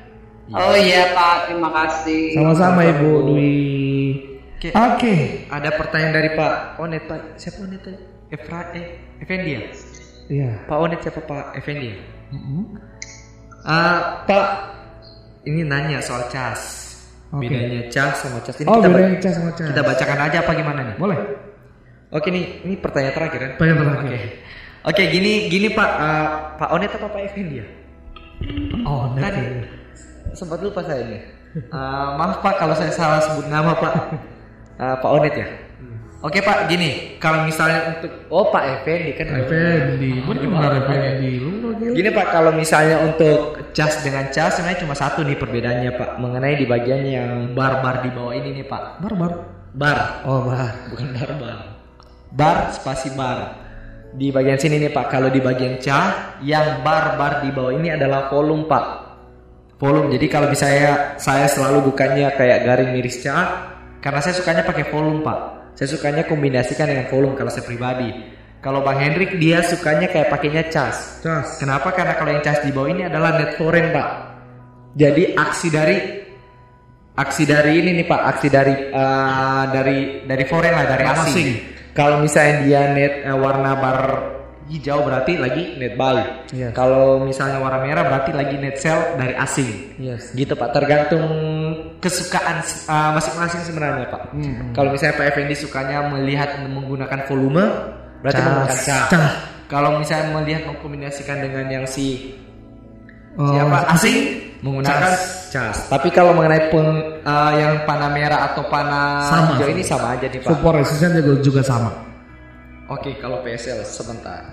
Oh iya Pak, terima kasih. Sama-sama Ibu Dwi. Oke. Oke. Okay. Ada pertanyaan dari Pak Onet, Pak. Siapa Onet tadi? Efra eh Effendi ya? Iya. Pak Onet siapa Pak Effendi ya? Mm-hmm. Uh, Pak, ini nanya soal cas. Okay. Bedanya cas sama cas ini. Oh, kita bedanya cas sama cas. Kita bacakan aja apa gimana nih? Boleh. Oke nih, ini pertanyaan terakhir kan? Pertanyaan terakhir. Oke. Oke, gini gini Pak, uh, Pak Onet apa Pak Effendi ya? Oh, Onet. Tadi sempat lupa saya ini. Uh, maaf Pak kalau saya salah sebut nama Pak. Uh, Pak Onet ya. Oke Pak, gini, kalau misalnya untuk oh Pak Effendi kan Effendi, benar Effendi. Gini Pak, kalau misalnya untuk cas dengan cas sebenarnya cuma satu nih perbedaannya Pak, mengenai di bagian yang bar-bar di bawah ini nih Pak. Bar-bar. Bar. Oh, bar. Bukan bar-bar. Bar spasi bar. Di bagian sini nih Pak, kalau di bagian ca yang bar-bar di bawah ini adalah volume Pak. Volume. Jadi kalau misalnya saya selalu bukannya kayak garing miris ca, karena saya sukanya pakai volume Pak. Saya sukanya kombinasikan dengan volume kalau saya pribadi. Kalau Bang Hendrik dia sukanya kayak pakainya cas. Cas. Kenapa? Karena kalau yang cas di bawah ini adalah net foreign Pak. Jadi aksi dari aksi dari ini nih Pak, aksi dari uh, dari dari foreign lah, dari asing. asing. Kalau misalnya dia net uh, warna bar hijau berarti lagi net buy. Yes. Kalau misalnya warna merah berarti lagi net sell dari asing. Yes. Gitu Pak, tergantung kesukaan uh, masing-masing sebenarnya Pak. Hmm. Kalau misalnya Pak Effendi sukanya melihat menggunakan volume, berarti cas. Menggunakan cas. Kalau misalnya melihat mengkombinasikan dengan yang si oh, siapa asing, menggunakan cas. cas. Tapi kalau mengenai peng, uh, yang panah merah atau panah sama, hijau ini sama aja nih Pak. Support resistance juga, juga sama. Oke, kalau P S L sebentar.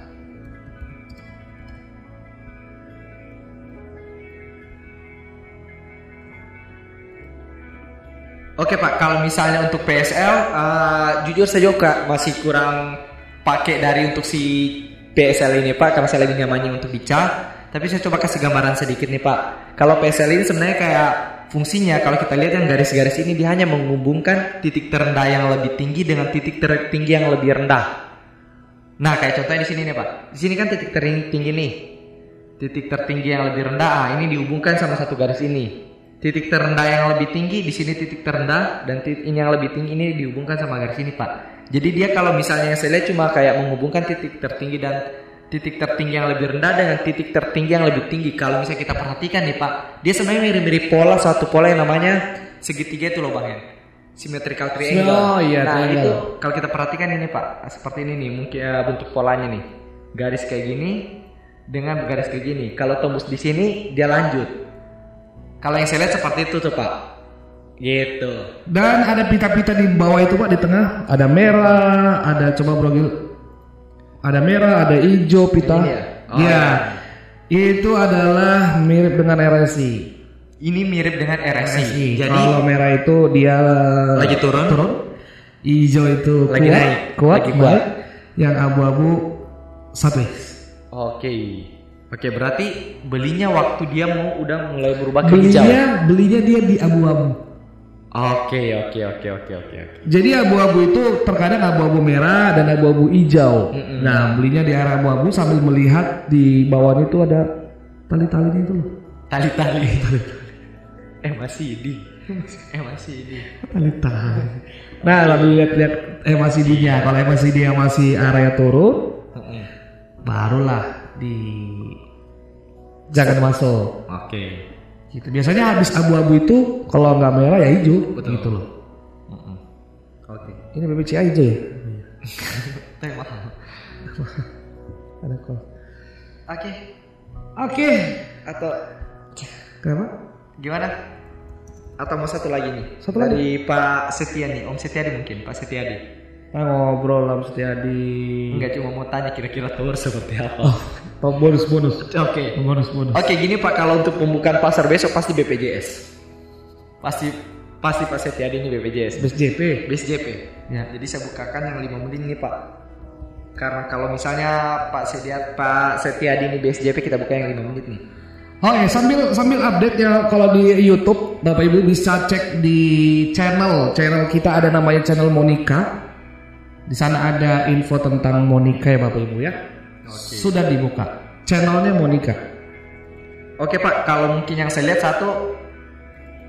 Oke Pak, kalau misalnya untuk P S L, uh, jujur saya juga masih kurang pakai dari untuk si P S L ini Pak, karena saya lagi nyamannya untuk dicat. Tapi saya coba kasih gambaran sedikit nih Pak. Kalau P S L ini sebenarnya kayak fungsinya, kalau kita lihat yang garis-garis ini dia hanya menghubungkan titik terendah yang lebih tinggi dengan titik tertinggi yang lebih rendah. Nah, kayak contohnya di sini nih Pak. Di sini kan titik tertinggi nih. Titik tertinggi yang lebih rendah, ah, ini dihubungkan sama satu garis ini. Titik terendah yang lebih tinggi di sini titik terendah, dan titik ini yang lebih tinggi ini dihubungkan sama garis ini Pak. Jadi dia kalau misalnya saya lihat cuma kayak menghubungkan titik tertinggi dan titik tertinggi yang lebih rendah dengan titik tertinggi yang lebih tinggi. Kalau misalnya kita perhatikan nih Pak, dia sebenarnya mirip-mirip pola satu pola yang namanya segitiga itu loh Bang ya. Symmetrical triangle. Oh iya. Nah iya. Itu kalau kita perhatikan ini Pak, seperti ini nih mungkin ya, bentuk polanya nih. Garis kayak gini dengan garis kayak gini. Kalau tembus di sini dia lanjut. Kalau yang saya lihat seperti itu tuh Pak. Gitu. Dan ada pita-pita di bawah itu Pak, di tengah ada merah, ada coba Bro Gil. Ada merah, ada hijau pita. Ya? Oh, ya. Ya. Itu adalah mirip dengan R S I. Ini mirip dengan R S I. R S I. Jadi kalau merah itu dia lagi turun, turun. Hijau itu lagi kuat, naik, kuat, lagi kuat. Yang abu-abu sideways. Oke. Oke, berarti belinya waktu dia mau udah mulai berubah ke belinya, hijau. Belinya dia di abu-abu. Oke, oke, oke, oke, oke. Jadi abu-abu itu terkadang abu-abu merah dan abu-abu hijau. Mm-mm. Nah, belinya di arah abu-abu sambil melihat di bawahnya itu ada tali-talinya itu loh. Tali-tali. Eh masih di. Eh masih di. Tali-tali. Nah, lalu lihat-lihat eh masih di-nya. Kalau masih dia masih area turun, mm-mm. barulah di jangan masuk. Oke. Gitu. Biasanya habis abu-abu itu kalau nggak merah ya hijau. Betul. Gitu loh. Uh-uh. Oke. Ini B B C A hijau ya? Teh mahal. Ada kok. Oke. Oke. Atau kenapa? Gimana? Atau mau satu lagi nih? Satu dari lagi? Pak Setiadi, Om Setiadi mungkin, Pak Setiadi. Nah, ngobrol Om Setiadi. Enggak, cuma mau tanya kira-kira tour seperti apa. Oh, bonus bonus. Oke. Okay. Bonus bonus. Oke, okay, gini Pak, kalau untuk pembukaan pasar besok pasti B P J S. Pasti pasti Pak Setiadi ini B P J S. B S J P. B S J P. Ya. Jadi saya bukakan yang lima menit nih Pak. Karena kalau misalnya Pak Setiadi Pak Setiadi ini B S J P, kita buka yang lima menit nih. Oh ya, sambil sambil update ya, kalau di YouTube Bapak Ibu bisa cek di channel channel kita, ada namanya channel Monica. Di sana ada info tentang Monica ya Bapak Ibu ya. Okay. Sudah dibuka channelnya Monica. Oke Pak, kalau mungkin yang saya lihat satu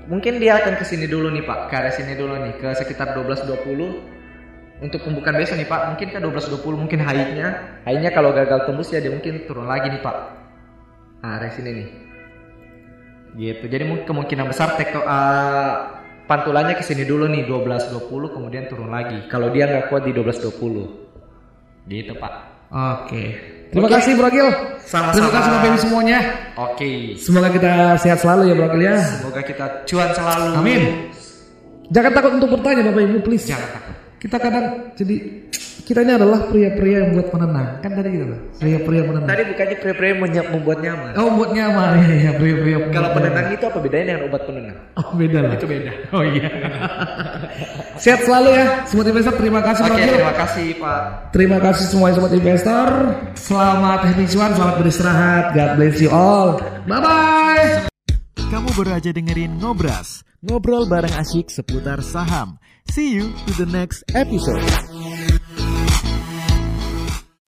mungkin dia akan kesini dulu nih Pak, ke area sini dulu nih, ke sekitar dua belas dua puluh untuk pembukaan besok nih Pak. Mungkin ke dua belas dua puluh mungkin high-nya, high-nya kalau gagal tembus ya dia mungkin turun lagi nih Pak. Nah, area sini nih. Gitu. Jadi mungkin kemungkinan besar tekto uh, pantulannya kesini dulu nih dua belas dua puluh kemudian turun lagi. Kalau dia nggak kuat di dua belas dua puluh. Gitu Pak. Oke. Terima okay. kasih Bro Gil. Sama-sama. Terima kasih Bapak Ibu semuanya. Oke. Okay. Semoga kita sehat selalu ya Bro Gil ya. Semoga kita cuan selalu. Amin. Jangan takut untuk bertanya Bapak Ibu please. Jangan takut. Kita kadang jadi kita ini adalah pria-pria yang buat menenang. Kan tadi gitu loh. Pria-pria menenang. Tadi bukannya pria-pria membuat nyaman. Oh, membuat nyaman. Iya, ya, pria-pria. Kalau penenang itu apa bedanya dengan obat penenang? Oh, beda lah. Itu beda. Oh iya. Sehat selalu ya Sobat Investor. Terima kasih Oke, okay, terima kasih Pak. Terima kasih semua Sobat Investor. Selamat happy cuan, selamat beristirahat. God bless you all. Bye bye. Kamu baru aja dengerin Ngobras, ngobrol bareng asyik seputar saham. See you to the next episode.